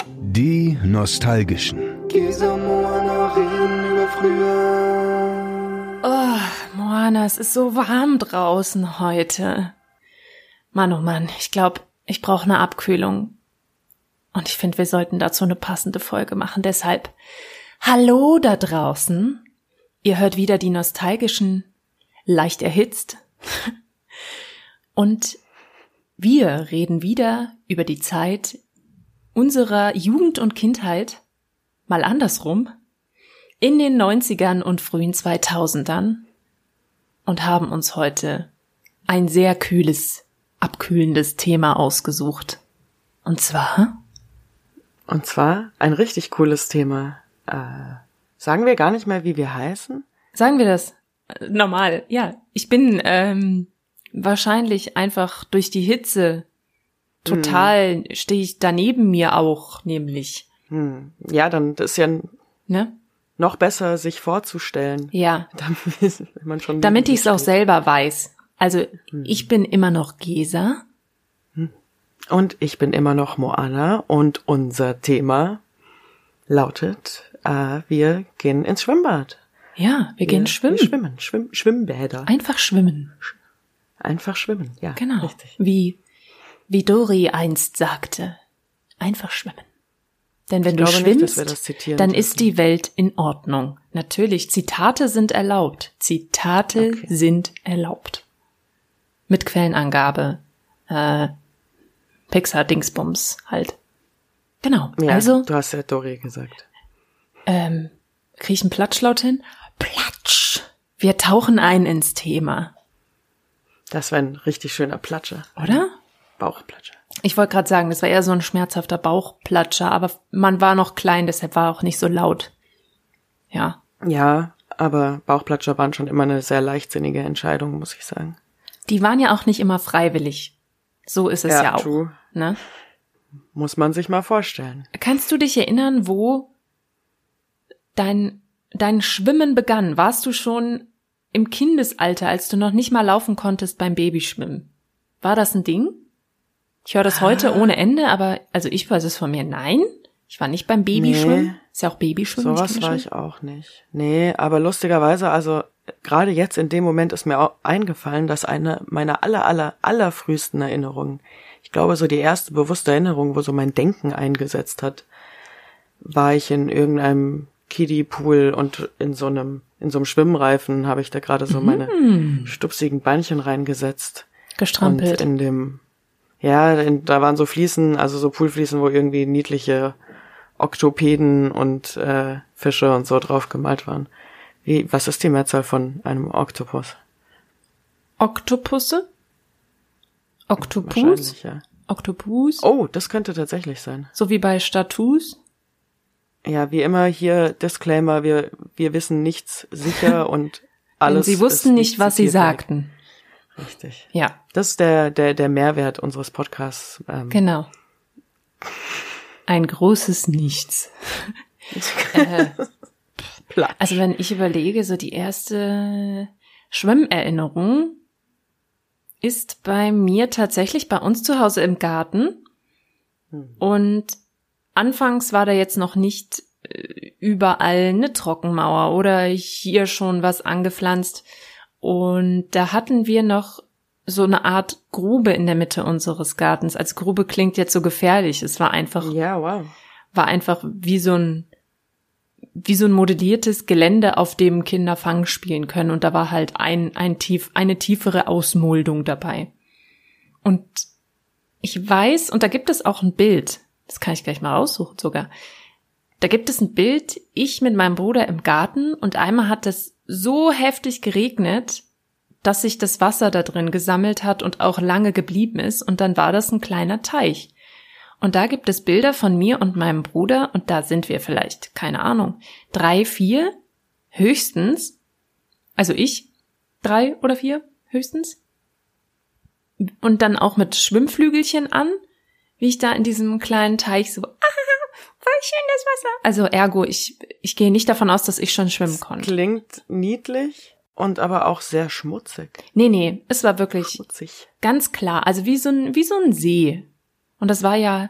Die Nostalgischen. Oh, Moana, es ist so warm draußen heute. Mann, oh Mann, ich glaube, ich brauche eine Abkühlung. Und ich finde, wir sollten dazu eine passende Folge machen. Deshalb, hallo da draußen. Ihr hört wieder die Nostalgischen, leicht erhitzt. Und wir reden wieder über die Zeit unserer Jugend und Kindheit, mal andersrum, in den 90ern und frühen 2000ern und haben uns heute ein sehr kühles, abkühlendes Thema ausgesucht. Und zwar ein richtig cooles Thema. Sagen wir gar nicht mehr, wie wir heißen? Sagen wir das? Normal, ja. Ich bin wahrscheinlich einfach durch die Hitze total stehe ich daneben mir auch, nämlich. Ja, dann ist ja Ne? noch besser, sich vorzustellen. Ja. Damit ich es auch selber weiß. Also, ich bin immer noch Gesa. Und ich bin immer noch Moana und unser Thema lautet, wir gehen ins Schwimmbad. Ja, wir gehen schwimmen. Wir schwimmen, Schwimmbäder. Einfach schwimmen. Einfach schwimmen, ja. Genau. Richtig. Wie Dori einst sagte. Einfach schwimmen. Denn wenn du glaube nicht, dass schwimmst, wir das zitieren dann dürfen. ist die Welt in Ordnung. Natürlich, Zitate sind erlaubt. Zitate sind erlaubt. Mit Quellenangabe. Pixar-Dingsbums halt. Genau. Ja, Also, du hast ja Dori gesagt. krieg ich einen Platschlaut hin? Platsch! Wir tauchen ein ins Thema. Das war ein richtig schöner Platscher. Oder? Bauchplatscher. Ich wollte gerade sagen, das war eher so ein schmerzhafter Bauchplatscher, aber man war noch klein, deshalb war auch nicht so laut. Ja. Ja, aber Bauchplatscher waren schon immer eine sehr leichtsinnige Entscheidung, muss ich sagen. Die waren ja auch nicht immer freiwillig. So ist es ja auch. True. Ne? Muss man sich mal vorstellen. Kannst du dich erinnern, wo dein Schwimmen begann? Warst du schon im Kindesalter, als du noch nicht mal laufen konntest beim Babyschwimmen? War das ein Ding? Ich höre das heute ohne Ende, aber also ich weiß es von mir. Nein, ich war nicht beim Babyschwimmen. Nee. Ist ja auch Babyschwimmen. Sowas war ich auch nicht. Nee, aber lustigerweise, also gerade jetzt in dem Moment ist mir auch eingefallen, dass eine meiner aller frühesten Erinnerungen, ich glaube so die erste bewusste Erinnerung, wo so mein Denken eingesetzt hat, war ich in irgendeinem Kiddie-Pool und in so einem Schwimmreifen habe ich da gerade so meine stupsigen Beinchen reingesetzt. Gestrampelt. Und da waren so Fliesen, also so Poolfliesen, wo irgendwie niedliche Oktopäden und Fische und so drauf gemalt waren. Was ist die Mehrzahl von einem Oktopus? Oktopusse? Oktopus? Wahrscheinlich, ja. Oktopus? Oh, das könnte tatsächlich sein. So wie bei Status? Ja, wie immer hier Disclaimer, wir wissen nichts sicher und alles. Denn sie wussten nicht, was sie sagten. Richtig. Ja. Das ist der Mehrwert unseres Podcasts. Genau. Ein großes Nichts. Also wenn ich überlege, so die erste Schwimmerinnerung ist bei mir tatsächlich bei uns zu Hause im Garten. Und anfangs war da jetzt noch nicht überall eine Trockenmauer oder hier schon was angepflanzt. Und da hatten wir noch so eine Art Grube in der Mitte unseres Gartens. Als Grube klingt jetzt so gefährlich. Es war einfach, war einfach wie so ein modelliertes Gelände, auf dem Kinder Fang spielen können. Und da war halt eine tiefere Ausmoldung dabei. Und ich weiß, und da gibt es auch ein Bild, das kann ich gleich mal raussuchen sogar. Da gibt es ein Bild, ich mit meinem Bruder im Garten, und einmal hat es so heftig geregnet, dass sich das Wasser da drin gesammelt hat und auch lange geblieben ist, und dann war das ein kleiner Teich. Und da gibt es Bilder von mir und meinem Bruder, und da sind wir vielleicht, keine Ahnung, 3, 4 höchstens, also ich 3 oder 4 höchstens, und dann auch mit Schwimmflügelchen an, wie ich da in diesem kleinen Teich so, voll schön das Wasser. Also ergo, ich gehe nicht davon aus, dass ich schon schwimmen konnte. Klingt niedlich und aber auch sehr schmutzig. Nee, es war wirklich Schmutzig. ganz klar, also wie so ein See. Und das war ja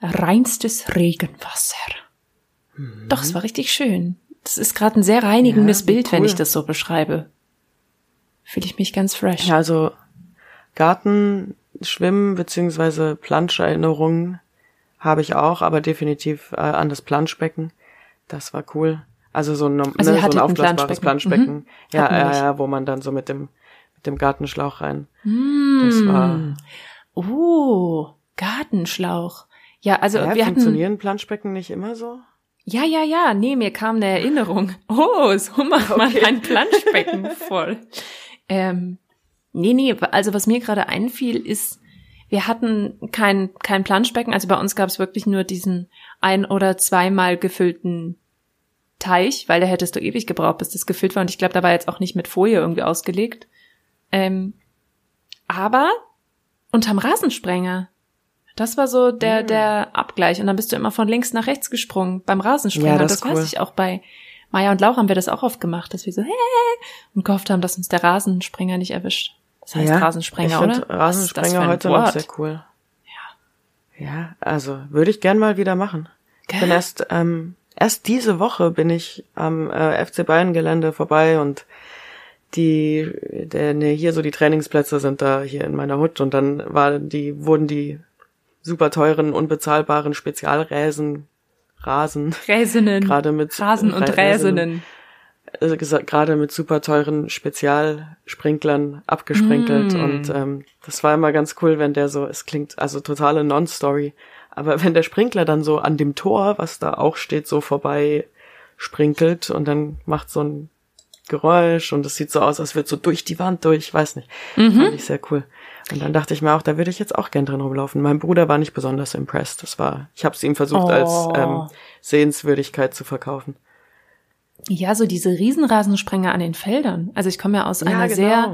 reinstes Regenwasser. Doch, es war richtig schön. Das ist gerade ein sehr reinigendes Bild, cool. wenn ich das so beschreibe. Fühle ich mich ganz fresh. Ja, also Garten, Schwimmen bzw. Planscherinnerungen habe ich auch, aber definitiv an das Planschbecken. Das war cool. Also so ein, Also so ein Planschbecken. aufblasbares Planschbecken. Mhm. Ja, wo man dann so mit dem Gartenschlauch rein. Das war. Gartenschlauch. Ja, also wir funktionieren hatten. Planschbecken nicht immer so? Ja. Nee, mir kam eine Erinnerung. Oh, so macht man ein Planschbecken voll. Nee, also was mir gerade einfiel ist, wir hatten kein Planschbecken, also bei uns gab es wirklich nur diesen 1- oder 2-mal gefüllten Teich, weil da hättest du ewig gebraucht, bis das gefüllt war und ich glaube, da war jetzt auch nicht mit Folie irgendwie ausgelegt. Aber unterm Rasensprenger, das war so der Abgleich und dann bist du immer von links nach rechts gesprungen beim Rasensprenger. Ja, das cool. weiß ich auch bei Maya und Laura haben wir das auch oft gemacht, dass wir so und gehofft haben, dass uns der Rasensprenger nicht erwischt. Das heißt Rasensprenger, ich oder? Ich finde Rasensprenger heute noch sehr cool. Ja, also würde ich gern mal wieder machen. Ich bin erst diese Woche bin ich am FC Bayern Gelände vorbei und hier so die Trainingsplätze sind da hier in meiner Hut und dann wurden die super teuren, unbezahlbaren Spezialräsen Räsinnen. Gerade mit Rasen und Räsinnen. Gerade mit super teuren Spezialsprinklern abgesprenkelt und das war immer ganz cool, wenn der so, es klingt also totale Non-Story, aber wenn der Sprinkler dann so an dem Tor, was da auch steht, so vorbei sprinkelt und dann macht so ein Geräusch und es sieht so aus, als würde so durch die Wand durch, weiß nicht. Fand ich sehr cool. Und dann dachte ich mir auch, da würde ich jetzt auch gern drin rumlaufen. Mein Bruder war nicht besonders impressed. Ich habe es ihm versucht als Sehenswürdigkeit zu verkaufen. Ja, so diese Riesenrasensprenger an den Feldern. Also ich komme ja aus einer sehr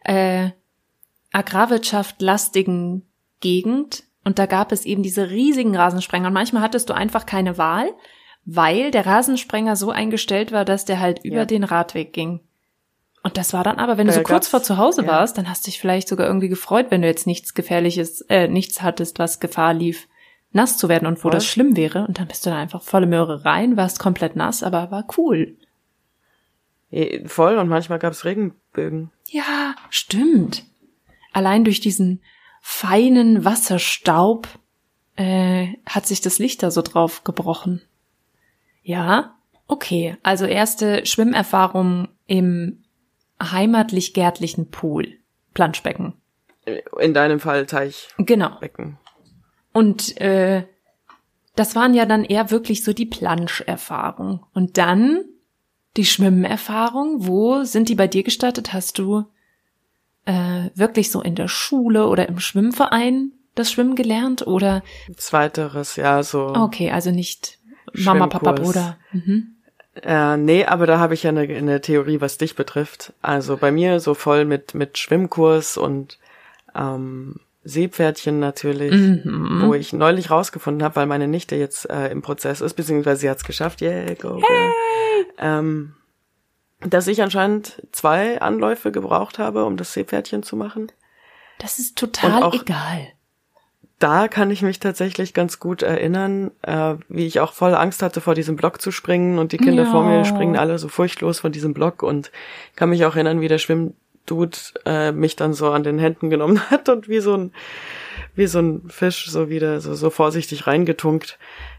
agrarwirtschaftlastigen Gegend und da gab es eben diese riesigen Rasensprenger und manchmal hattest du einfach keine Wahl, weil der Rasensprenger so eingestellt war, dass der halt über den Radweg ging. Und das war dann aber, wenn du so kurz vor zu Hause warst, dann hast du dich vielleicht sogar irgendwie gefreut, wenn du jetzt nichts hattest, was Gefahr lief, nass zu werden und wo das schlimm wäre. Und dann bist du da einfach volle Möhre rein, warst komplett nass, aber war cool. Voll, und manchmal gab's Regenbögen. Ja, stimmt. Allein durch diesen feinen Wasserstaub hat sich das Licht da so drauf gebrochen. Ja, okay. Also erste Schwimmerfahrung im heimatlich-gärtlichen Pool. Planschbecken. In deinem Fall Teichbecken. Genau. Und das waren ja dann eher wirklich so die Planscherfahrung. Und dann die Schwimmerfahrung. Wo sind die bei dir gestartet? Hast du wirklich so in der Schule oder im Schwimmverein das Schwimmen gelernt? Oder? Zweiteres, ja, so. Okay, also nicht Mama, Papa, Bruder. Nee, aber da habe ich ja eine Theorie, was dich betrifft. Also bei mir so voll mit Schwimmkurs und Seepferdchen natürlich, wo ich neulich rausgefunden habe, weil meine Nichte jetzt im Prozess ist, beziehungsweise sie hat's geschafft, yeah, go girl, dass ich anscheinend 2 Anläufe gebraucht habe, um das Seepferdchen zu machen. Das ist total egal. Da kann ich mich tatsächlich ganz gut erinnern, wie ich auch voll Angst hatte, vor diesem Block zu springen und die Kinder vor mir springen alle so furchtlos von diesem Block und kann mich auch erinnern, wie der Schwimmdude mich dann so an den Händen genommen hat und wie so ein Fisch so wieder so vorsichtig reingetunkt.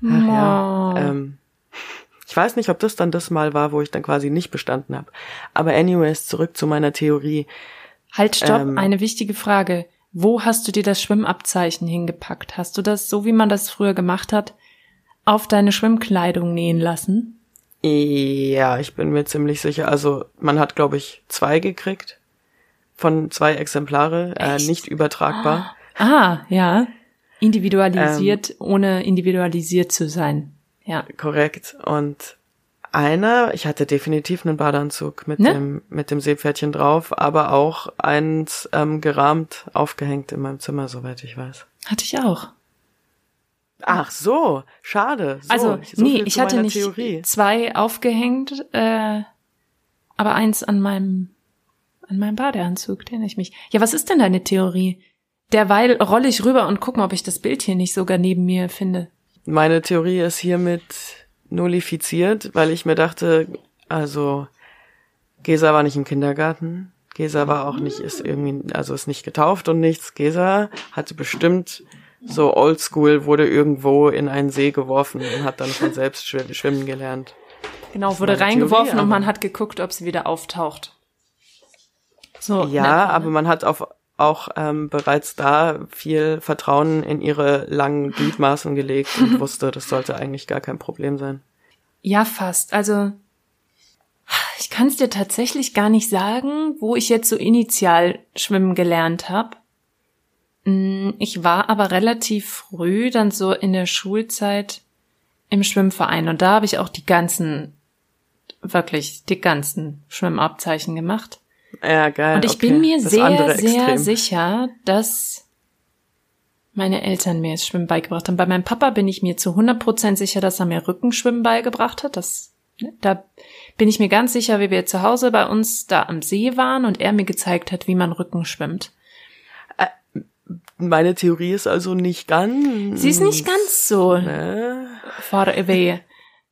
Ich weiß nicht, ob das dann das Mal war, wo ich dann quasi nicht bestanden habe. Aber anyways, zurück zu meiner Theorie. Halt, stopp, eine wichtige Frage. Wo hast du dir das Schwimmabzeichen hingepackt? Hast du das, so wie man das früher gemacht hat, auf deine Schwimmkleidung nähen lassen? Ja, ich bin mir ziemlich sicher. Also man hat, glaube ich, 2 gekriegt. Von 2 Exemplare, nicht übertragbar. Ja. Individualisiert, ohne individualisiert zu sein. Ja. Korrekt. Und ich hatte definitiv einen Badeanzug mit dem Seepferdchen drauf, aber auch eins gerahmt aufgehängt in meinem Zimmer, soweit ich weiß. Hatte ich auch. Ach so, schade. So, also, ich hatte nicht Theorie. 2 aufgehängt, aber eins an meinem Badeanzug, den ich mich. Ja, was ist denn deine Theorie? derweil rolle ich rüber und guck mal, ob ich das Bild hier nicht sogar neben mir finde. Meine Theorie ist hiermit nullifiziert, weil ich mir dachte, also Gesa war nicht im Kindergarten, Gesa war auch nicht, ist nicht getauft und nichts. Gesa hatte bestimmt so oldschool, wurde irgendwo in einen See geworfen und hat dann von selbst schwimmen gelernt. Genau, wurde reingeworfen und man hat geguckt, ob sie wieder auftaucht. So. Ja, aber man hat auch bereits da viel Vertrauen in ihre langen Gliedmaßen gelegt und wusste, das sollte eigentlich gar kein Problem sein. Ja, fast. Also ich kann es dir tatsächlich gar nicht sagen, wo ich jetzt so initial schwimmen gelernt habe. Ich war aber relativ früh dann so in der Schulzeit im Schwimmverein und da habe ich auch die ganzen Schwimmabzeichen gemacht. Ja, geil. Und ich bin mir sehr, sehr sicher, dass meine Eltern mir das Schwimmen beigebracht haben. Bei meinem Papa bin ich mir zu 100% sicher, dass er mir Rückenschwimmen beigebracht hat. Da bin ich mir ganz sicher, wie wir zu Hause bei uns da am See waren und er mir gezeigt hat, wie man Rücken schwimmt. Meine Theorie ist also nicht ganz... Sie ist nicht ganz so far away.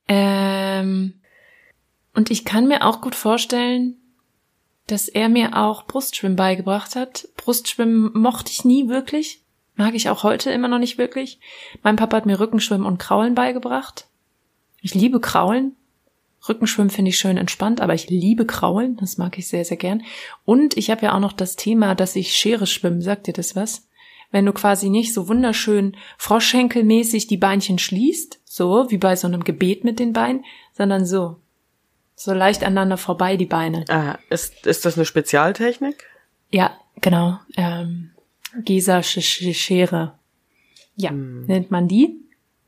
Und ich kann mir auch gut vorstellen, dass er mir auch Brustschwimmen beigebracht hat. Brustschwimmen mochte ich nie wirklich. Mag ich auch heute immer noch nicht wirklich. Mein Papa hat mir Rückenschwimmen und Kraulen beigebracht. Ich liebe Kraulen. Rückenschwimmen finde ich schön entspannt, aber ich liebe Kraulen. Das mag ich sehr, sehr gern. Und ich habe ja auch noch das Thema, dass ich Schere schwimme. Sagt dir das was? Wenn du quasi nicht so wunderschön froschschenkelmäßig die Beinchen schließt, so wie bei so einem Gebet mit den Beinen, sondern so leicht aneinander vorbei die Beine. Ah, ist das eine Spezialtechnik? Ja, genau. Gesa Schere. Ja, nennt man die.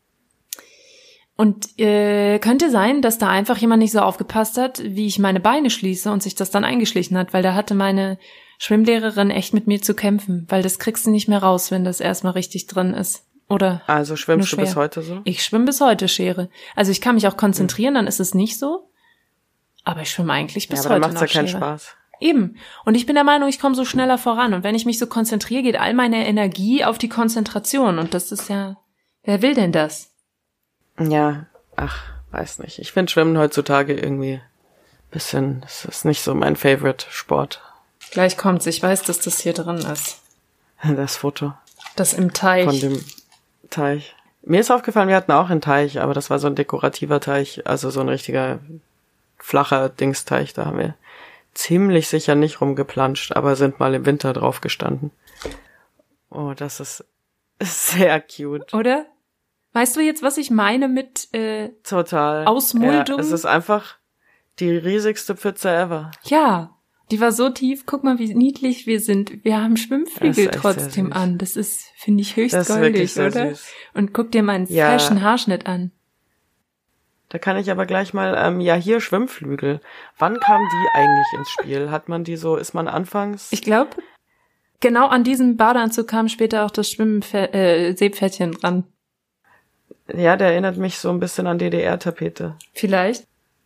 Und könnte sein, dass da einfach jemand nicht so aufgepasst hat, wie ich meine Beine schließe und sich das dann eingeschlichen hat, weil da hatte meine Schwimmlehrerin echt mit mir zu kämpfen, weil das kriegst du nicht mehr raus, wenn das erstmal richtig drin ist. Oder also schwimmst du bis heute so? Ich schwimme bis heute Schere. Also ich kann mich auch konzentrieren, dann ist es nicht so. Aber ich schwimme eigentlich bis heute noch Schere. Ja, aber dann macht's ja keinen Spaß. Eben. Und ich bin der Meinung, ich komme so schneller voran. Und wenn ich mich so konzentriere, geht all meine Energie auf die Konzentration. Und das ist ja, wer will denn das? Ja, weiß nicht. Ich finde Schwimmen heutzutage irgendwie das ist nicht so mein Favorite-Sport. Gleich kommt's. Ich weiß, dass das hier drin ist. Das Foto. Das im Teich. Von dem Teich. Mir ist aufgefallen, wir hatten auch einen Teich, aber das war so ein dekorativer Teich, also so ein richtiger flacher Dingsteich. Da haben wir ziemlich sicher nicht rumgeplanscht, aber sind mal im Winter drauf gestanden. Oh, das ist sehr cute. Oder? Weißt du jetzt, was ich meine mit total Ausmuldung? Ja, es ist einfach die riesigste Pfütze ever. Ja, die war so tief. Guck mal, wie niedlich wir sind. Wir haben Schwimmflügel trotzdem an. Das ist, finde ich, höchst goldig, oder? Süß. Und guck dir meinen fashion Haarschnitt an. Da kann ich aber gleich mal, hier Schwimmflügel. Wann kamen die eigentlich ins Spiel? Hat man die so, ist man anfangs? Ich glaube, genau an diesem Badeanzug kam später auch das Seepferdchen dran. Ja, der erinnert mich so ein bisschen an DDR-Tapete. Vielleicht.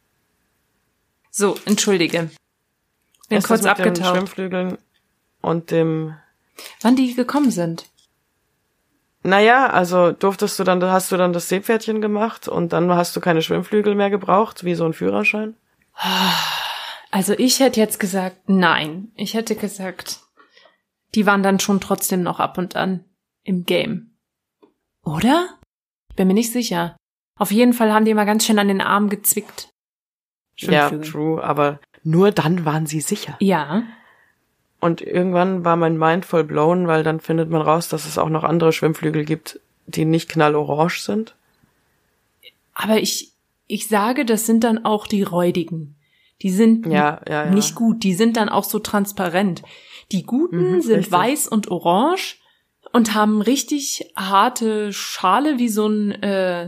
So, entschuldige. Bin kurz mit abgetaucht. Den Schwimmflügeln und dem... Wann die gekommen sind? Naja, also hast du dann das Seepferdchen gemacht und dann hast du keine Schwimmflügel mehr gebraucht, wie so ein Führerschein? Also ich hätte jetzt gesagt, nein. Ich hätte gesagt, die waren dann schon trotzdem noch ab und an im Game. Oder? Ich bin mir nicht sicher. Auf jeden Fall haben die immer ganz schön an den Arm gezwickt. Ja, true, aber nur dann waren sie sicher. Ja. Und irgendwann war mein Mind voll blown, weil dann findet man raus, dass es auch noch andere Schwimmflügel gibt, die nicht knallorange sind. Aber ich sage, das sind dann auch die räudigen. Die sind nicht gut, die sind dann auch so transparent. Die guten sind richtig weiß und orange und haben richtig harte Schale wie so ein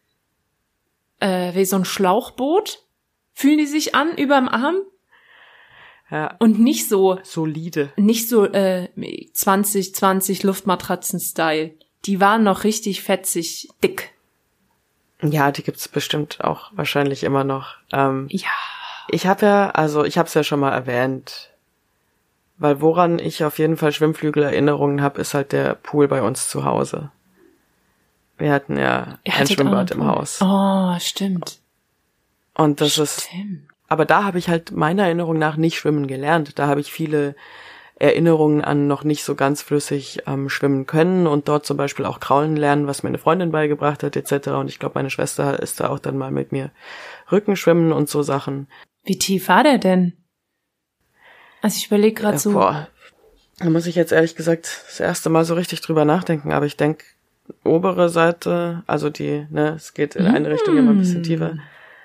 Schlauchboot. Fühlen die sich an überm Arm? Ja. Und nicht so solide. Nicht so 2020 Luftmatratzen-Style. Die waren noch richtig fetzig dick. Ja, die gibt's bestimmt auch wahrscheinlich immer noch. Ja. Ich hab's ja schon mal erwähnt. Weil woran ich auf jeden Fall Schwimmflügel-Erinnerungen habe, ist halt der Pool bei uns zu Hause. Wir hatten ja ein Schwimmbad im Haus. Oh, stimmt. Und das ist, aber da habe ich halt meiner Erinnerung nach nicht schwimmen gelernt. Da habe ich viele Erinnerungen an noch nicht so ganz flüssig schwimmen können und dort zum Beispiel auch kraulen lernen, was mir eine Freundin beigebracht hat etc. Und ich glaube, meine Schwester ist da auch dann mal mit mir Rückenschwimmen und so Sachen. Wie tief war der denn? Also ich überlege gerade so. Boah, da muss ich jetzt ehrlich gesagt das erste Mal so richtig drüber nachdenken, aber ich denke, obere Seite, also die, ne, es geht in eine Richtung immer ein bisschen tiefer.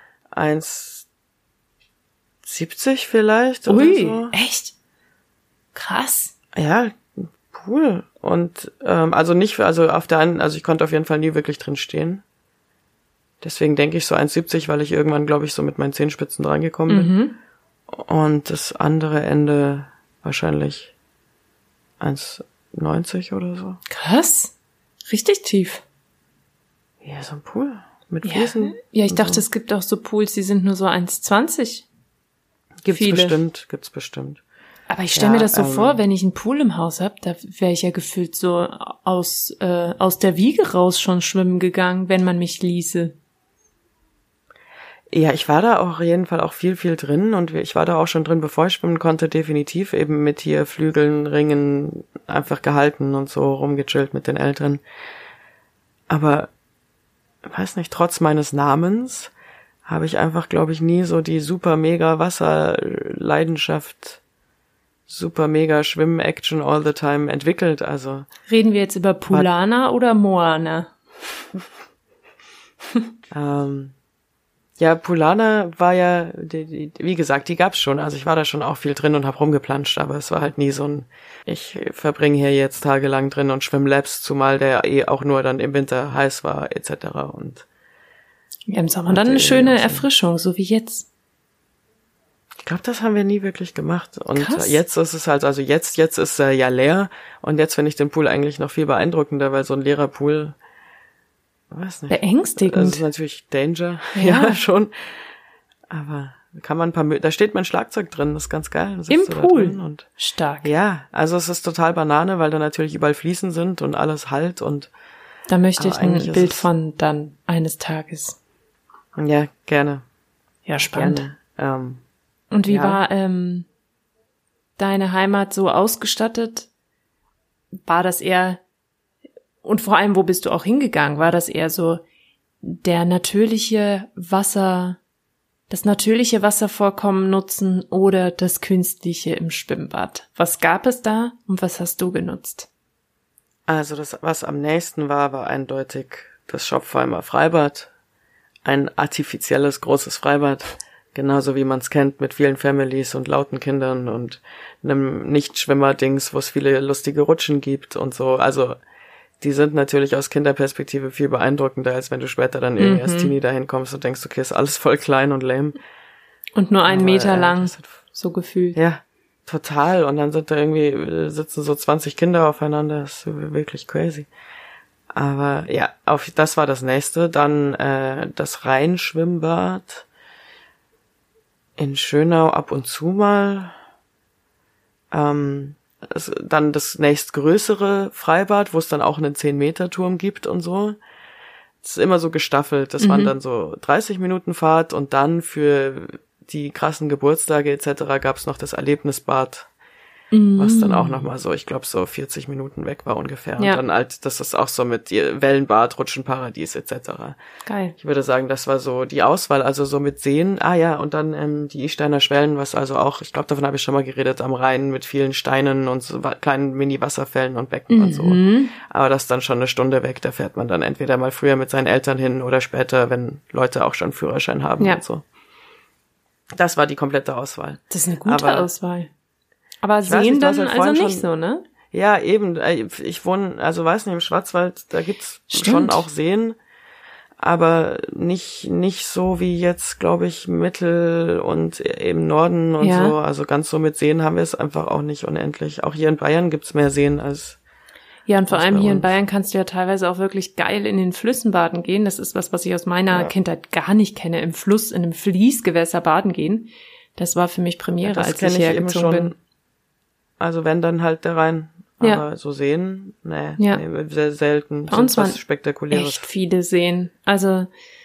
1,70 vielleicht oder so. Echt? Krass. Ja, Pool. Und also nicht, also auf der einen, also ich konnte auf jeden Fall nie wirklich drin stehen. Deswegen denke ich so 1,70, weil ich irgendwann, glaube ich, so mit meinen Zehenspitzen drangekommen bin. Und das andere Ende wahrscheinlich 1,90 oder so. Krass. Richtig tief. Ja, so ein Pool mit Fliesen. Ja, ich dachte, es gibt auch so Pools, die sind nur so 1,20. Gibt's bestimmt. Aber ich stelle mir das so vor, wenn ich einen Pool im Haus habe, da wäre ich ja gefühlt so aus der Wiege raus schon schwimmen gegangen, wenn man mich ließe. Ja, ich war da auch auf jeden Fall auch viel drin und ich war da auch schon drin, bevor ich schwimmen konnte, definitiv eben mit hier Flügeln, Ringen einfach gehalten und so rumgechillt mit den Eltern. Aber, weiß nicht, trotz meines Namens habe ich einfach, glaube ich, nie so die super mega Wasserleidenschaft, super mega Schwimmen-Action all the time entwickelt, also. Reden wir jetzt über Poolana oder Moana? Ja, Poolana war ja, wie gesagt, die gab's schon. Also ich war da schon auch viel drin und hab rumgeplanscht, aber es war halt nie so ein, ich verbringe hier jetzt tagelang drin und schwimm Laps, zumal der auch nur dann im Winter heiß war, etc. Und ja, im Sommer dann eine schöne Erfrischung, so wie jetzt. Ich glaube, das haben wir nie wirklich gemacht. Und krass. Jetzt ist es halt, also jetzt ist er ja leer und jetzt finde ich den Pool eigentlich noch viel beeindruckender, weil so ein leerer Pool, weiß nicht. Beängstigend. Das ist natürlich Danger, ja schon. Aber kann man da steht mein Schlagzeug drin, das ist ganz geil. Im Pool? Und stark. Ja, also es ist total Banane, weil da natürlich überall Fliesen sind und alles halt und. Da möchte ich ein Bild von dann eines Tages. Ja, gerne. Ja, spannend. Gerne. Und wie war deine Heimat so ausgestattet? War das eher, und vor allem, wo bist du auch hingegangen? War das eher so das natürliche Wasservorkommen nutzen oder das künstliche im Schwimmbad? Was gab es da und was hast du genutzt? Also das, was am nächsten war eindeutig das Schopfheimer Freibad. Ein artifizielles, großes Freibad. Genauso wie man es kennt, mit vielen Families und lauten Kindern und einem Nichtschwimmer-Dings, wo es viele lustige Rutschen gibt und so. Also die sind natürlich aus Kinderperspektive viel beeindruckender, als wenn du später dann irgendwie als Teenie dahin kommst und denkst, okay, ist alles voll klein und lame. Und nur 1 Meter lang, so gefühlt. Ja, total. Und dann sitzen so 20 Kinder aufeinander. Das ist wirklich crazy. Aber ja, das war das nächste. Dann das Rheinschwimmbad. In Schönau ab und zu mal. Dann das nächstgrößere Freibad, wo es dann auch einen 10-Meter-Turm gibt und so. Das ist immer so gestaffelt. Das waren dann so 30 Minuten Fahrt und dann für die krassen Geburtstage etc. gab es noch das Erlebnisbad, was dann auch nochmal so, ich glaube, so 40 Minuten weg war ungefähr. Ja. Und dann halt, das ist auch so mit Wellenbad, Rutschenparadies etc. Geil. Ich würde sagen, das war so die Auswahl, also so mit Seen. Ah ja, und dann die Isteiner Schwellen, was also auch, ich glaube, davon habe ich schon mal geredet, am Rhein mit vielen Steinen und so kleinen Mini-Wasserfällen und Becken und so. Aber das ist dann schon eine Stunde weg, da fährt man dann entweder mal früher mit seinen Eltern hin oder später, wenn Leute auch schon Führerschein haben und so. Das war die komplette Auswahl. Das ist eine gute Auswahl. Aber Seen dann also nicht so, ne? Ja, eben. Ich wohne, also weiß nicht, im Schwarzwald, da gibt's schon auch Seen, aber nicht so wie jetzt, glaube ich, Mittel und im Norden und so. Also ganz so mit Seen haben wir es einfach auch nicht unendlich. Auch hier in Bayern gibt's mehr Seen als. Ja, und vor allem hier in Bayern kannst du ja teilweise auch wirklich geil in den Flüssen baden gehen. Das ist was ich aus meiner Kindheit gar nicht kenne. Im Fluss, in einem Fließgewässer baden gehen. Das war für mich Premiere, als ich hergezogen bin. Also wenn dann halt da rein. Aber so Seen, nee, sehr selten. Bei uns waren Spektakuläres. echt viele Seen. Also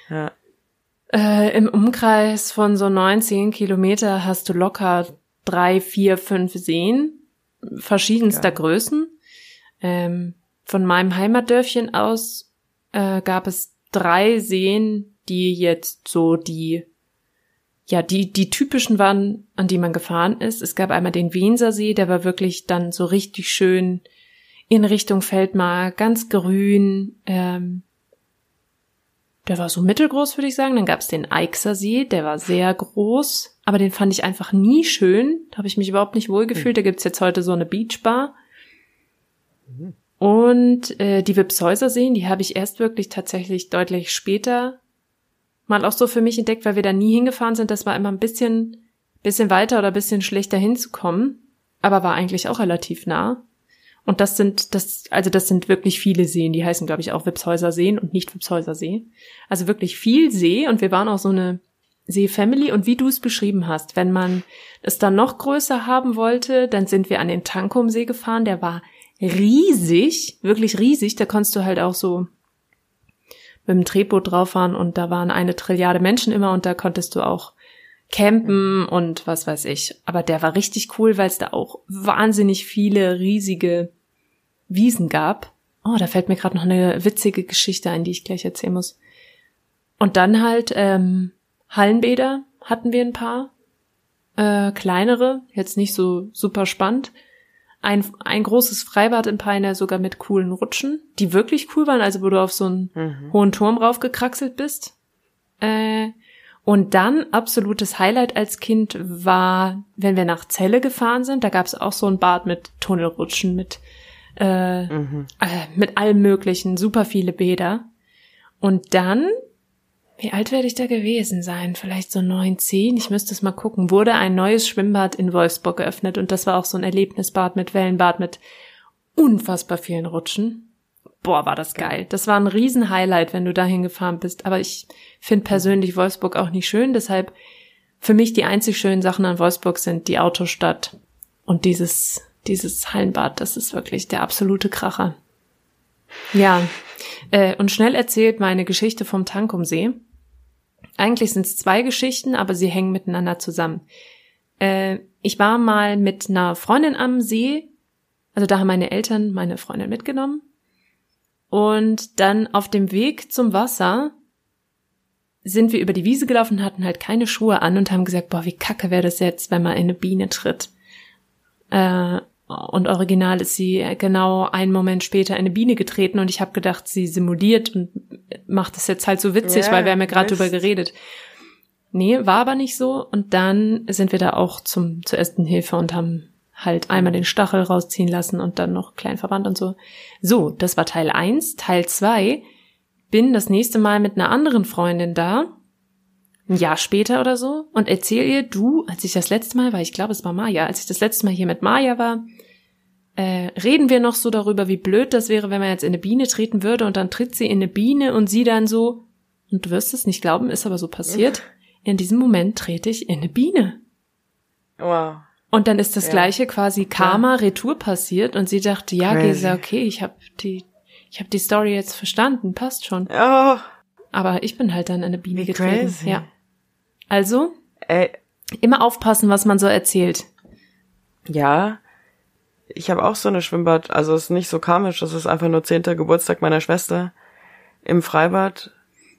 im Umkreis von so 9-10 Kilometer hast du locker 3, 4, 5 Seen verschiedenster Größen. Von meinem Heimatdörfchen aus gab es 3 Seen, die jetzt so die typischen waren, an die man gefahren ist. Es gab einmal den Wensersee, der war wirklich dann so richtig schön in Richtung Feldmark, ganz grün. Der war so mittelgroß, würde ich sagen. Dann gab es den Eichsersee, der war sehr groß, aber den fand ich einfach nie schön. Da habe ich mich überhaupt nicht wohlgefühlt. Da gibt's jetzt heute so eine Beachbar. Und die Wipshäuser Seen, die habe ich erst wirklich tatsächlich deutlich später mal auch so für mich entdeckt, weil wir da nie hingefahren sind. Das war immer ein bisschen weiter oder ein bisschen schlechter hinzukommen, aber war eigentlich auch relativ nah. Und das sind wirklich viele Seen. Die heißen, glaube ich, auch Wipshäuser Seen und nicht Wipshäuser See. Also wirklich viel See, und wir waren auch so eine See-Family. Und wie du es beschrieben hast, wenn man es dann noch größer haben wollte, dann sind wir an den Tankumsee gefahren. Der war riesig, wirklich riesig. Da konntest du halt auch so mit dem Tretboot drauf fahren, und da waren 1 Trilliarde Menschen immer, und da konntest du auch campen und was weiß ich. Aber der war richtig cool, weil es da auch wahnsinnig viele riesige Wiesen gab. Oh, da fällt mir gerade noch eine witzige Geschichte ein, die ich gleich erzählen muss. Und dann halt Hallenbäder hatten wir ein paar, kleinere, jetzt nicht so super spannend. Ein großes Freibad in Peine, sogar mit coolen Rutschen, die wirklich cool waren, also wo du auf so einen hohen Turm raufgekraxelt bist. Und dann absolutes Highlight als Kind war, wenn wir nach Celle gefahren sind, da gab es auch so ein Bad mit Tunnelrutschen, mit allem möglichen, super viele Bäder. Und dann, wie alt werde ich da gewesen sein? Vielleicht so 9, 10, ich müsste es mal gucken, wurde ein neues Schwimmbad in Wolfsburg geöffnet, und das war auch so ein Erlebnisbad mit Wellenbad mit unfassbar vielen Rutschen. Boah, war das geil. Das war ein Riesen-Highlight, wenn du dahin gefahren bist. Aber ich finde persönlich Wolfsburg auch nicht schön, deshalb für mich die einzig schönen Sachen an Wolfsburg sind die Autostadt und dieses Hallenbad. Das ist wirklich der absolute Kracher. Ja, und schnell erzählt meine Geschichte vom Tankumsee. Eigentlich sind es 2 Geschichten, aber sie hängen miteinander zusammen. Ich war mal mit einer Freundin am See, also da haben meine Eltern meine Freundin mitgenommen. Und dann auf dem Weg zum Wasser sind wir über die Wiese gelaufen und hatten halt keine Schuhe an und haben gesagt, boah, wie kacke wäre das jetzt, wenn man in eine Biene tritt. Und original ist sie genau einen Moment später in eine Biene getreten, und ich habe gedacht, sie simuliert und macht das jetzt halt so witzig, weil wir haben ja gerade drüber geredet. Nee, war aber nicht so. Und dann sind wir da auch zur ersten Hilfe und haben halt einmal den Stachel rausziehen lassen und dann noch Kleinverband und so. So, das war Teil 1. Teil 2, bin das nächste Mal mit einer anderen Freundin da, ein Jahr später oder so, und erzähl ihr, als ich das letzte Mal war, ich glaube, es war Maja, als ich das letzte Mal hier mit Maja war, reden wir noch so darüber, wie blöd das wäre, wenn man jetzt in eine Biene treten würde, und dann tritt sie in eine Biene und sie dann so, und du wirst es nicht glauben, ist aber so passiert, in diesem Moment trete ich in eine Biene. Wow. Und dann ist das Gleiche quasi Karma Retour passiert, und sie dachte, ja, Gesa, okay, ich hab die Story jetzt verstanden, passt schon. Oh. Aber ich bin halt dann in eine Biene getreten. Crazy. Ja. Also, immer aufpassen, was man so erzählt. Ja, ich habe auch so eine Schwimmbad, also es ist nicht so karmisch, das ist einfach nur 10. Geburtstag meiner Schwester. Im Freibad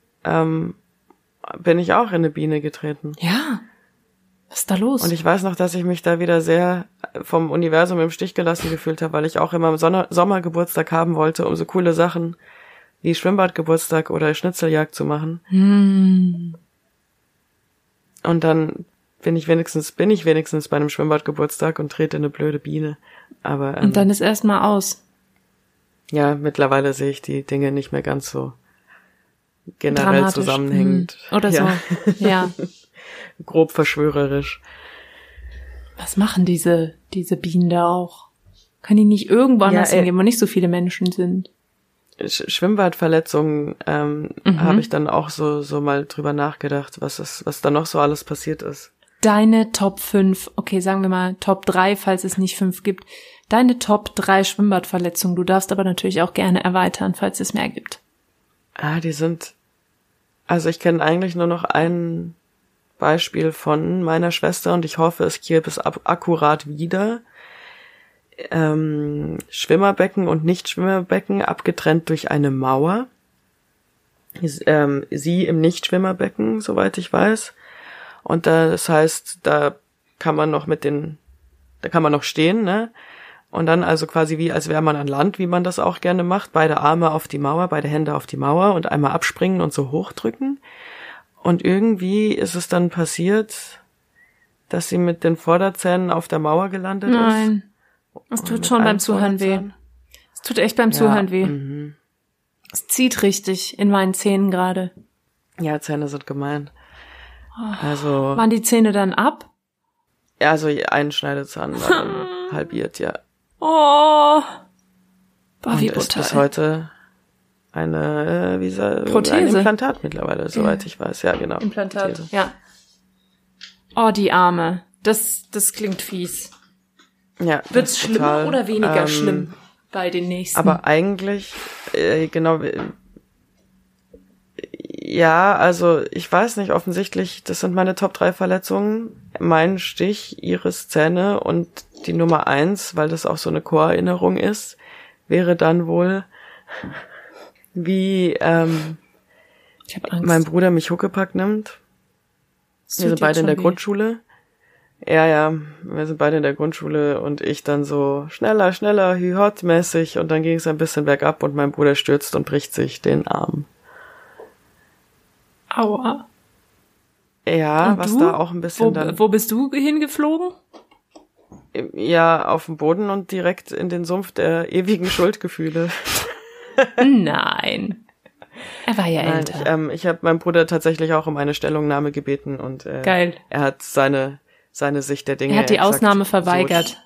bin ich auch in eine Biene getreten. Ja. Was ist da los? Und ich weiß noch, dass ich mich da wieder sehr vom Universum im Stich gelassen gefühlt habe, weil ich auch immer Sommergeburtstag haben wollte, um so coole Sachen wie Schwimmbadgeburtstag oder Schnitzeljagd zu machen. Und dann bin ich wenigstens bei einem Schwimmbadgeburtstag und trete eine blöde Biene. Aber und dann ist erstmal aus. Ja, mittlerweile sehe ich die Dinge nicht mehr ganz so generell zusammenhängend. Oder so, ja. Grob verschwörerisch. Was machen diese Bienen da auch? Kann die nicht irgendwo anders hingehen, wo nicht so viele Menschen sind? Schwimmbadverletzungen habe ich dann auch so mal drüber nachgedacht, was da noch so alles passiert ist. deine Top 5, okay, sagen wir mal Top 3, falls es nicht 5 gibt, deine Top 3 Schwimmbadverletzungen. Du darfst aber natürlich auch gerne erweitern, falls es mehr gibt. Also ich kenne eigentlich nur noch ein Beispiel von meiner Schwester und ich hoffe, es gibt es akkurat wieder. Schwimmerbecken und Nicht-Schwimmerbecken abgetrennt durch eine Mauer. Sie im Nicht-Schwimmerbecken, soweit ich weiß. Und das heißt, da kann man noch stehen, ne? Und dann also quasi wie, als wäre man an Land, wie man das auch gerne macht. Beide Arme auf die Mauer, beide Hände auf die Mauer und einmal abspringen und so hochdrücken. Und irgendwie ist es dann passiert, dass sie mit den Vorderzähnen auf der Mauer gelandet ist. Nein. Es tut schon beim Zuhören weh. Es tut echt beim Zuhören weh. Mhm. Es zieht richtig in meinen Zähnen gerade. Ja, Zähne sind gemein. Also. Waren die Zähne dann ab? Ja, also ein Schneidezahn war dann halbiert, ja. Oh. Boah, wie und ist brutal. bis heute eine, Prothese. Ein Implantat mittlerweile, soweit ich weiß. Ja, genau. Implantat, Prothese. ja. Oh, die Arme. Das klingt fies. Ja. Wird's schlimmer oder weniger schlimm bei den nächsten? Aber eigentlich, genau, ja, also ich weiß nicht, offensichtlich, das sind meine Top 3 Verletzungen. Mein Stich, Iris Zähne und die Nummer 1, weil das auch so eine Chorerinnerung ist, wäre dann wohl, wie mein Bruder mich Huckepack nimmt. Wir sind beide in der Grundschule. Ja, wir sind beide in der Grundschule und ich dann so schneller, hü-hot-mäßig und dann ging es ein bisschen bergab und mein Bruder stürzt und bricht sich den Arm. Aua. Ja, und was du? Da auch ein bisschen Wo bist du hingeflogen? Ja, auf dem Boden und direkt in den Sumpf der ewigen Schuldgefühle. Nein. Er war ja älter. Ich habe meinen Bruder tatsächlich auch um eine Stellungnahme gebeten und Geil. Er hat seine Sicht der Dinge. Er hat die Ausnahme verweigert.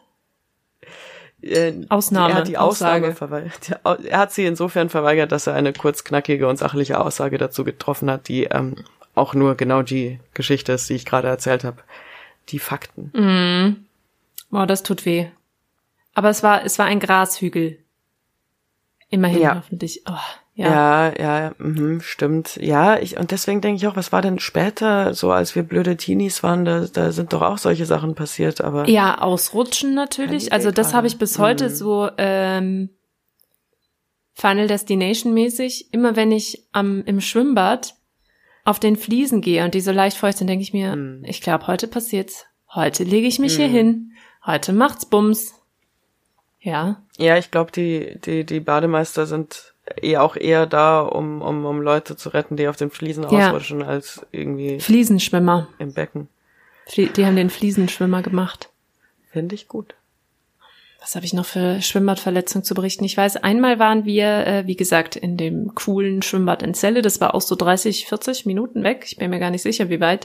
Er hat die Aussage verweigert. Er hat sie insofern verweigert, dass er eine kurz knackige und sachliche Aussage dazu getroffen hat, die auch nur genau die Geschichte ist, die ich gerade erzählt habe. Die Fakten. Mhm. Boah, das tut weh. Aber es war ein Grashügel. Immerhin hoffentlich. Oh, ja, stimmt. Ja, und deswegen denke ich auch, was war denn später, so als wir blöde Teenies waren, da sind doch auch solche Sachen passiert, aber. Ja, ausrutschen natürlich. Also das habe ich bis heute so Final Destination mäßig. Immer wenn ich im Schwimmbad auf den Fliesen gehe und die so leicht feucht sind, denke ich mir, ich glaube, heute passiert's. Heute lege ich mich hier hin. Heute macht's Bums. Ja. Ja, ich glaube, die Bademeister sind auch eher da, um Leute zu retten, die auf den Fliesen ausrutschen, als irgendwie Fliesenschwimmer im Becken. Die haben den Fliesenschwimmer gemacht. Finde ich gut. Was habe ich noch für Schwimmbadverletzungen zu berichten? Ich weiß, einmal waren wir, wie gesagt, in dem coolen Schwimmbad in Celle. Das war auch so 30, 40 Minuten weg. Ich bin mir gar nicht sicher, wie weit.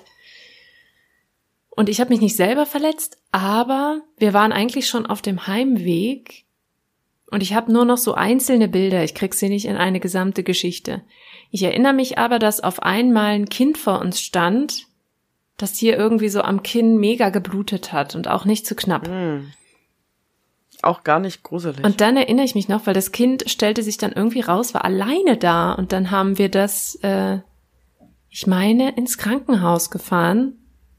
Und ich habe mich nicht selber verletzt, aber wir waren eigentlich schon auf dem Heimweg und ich habe nur noch so einzelne Bilder. Ich krieg sie nicht in eine gesamte Geschichte. Ich erinnere mich aber, dass auf einmal ein Kind vor uns stand, das hier irgendwie so am Kinn mega geblutet hat und auch nicht zu knapp. Auch gar nicht gruselig. Und dann erinnere ich mich noch, weil das Kind stellte sich dann irgendwie raus, war alleine da und dann haben wir das, ich meine, ins Krankenhaus gefahren.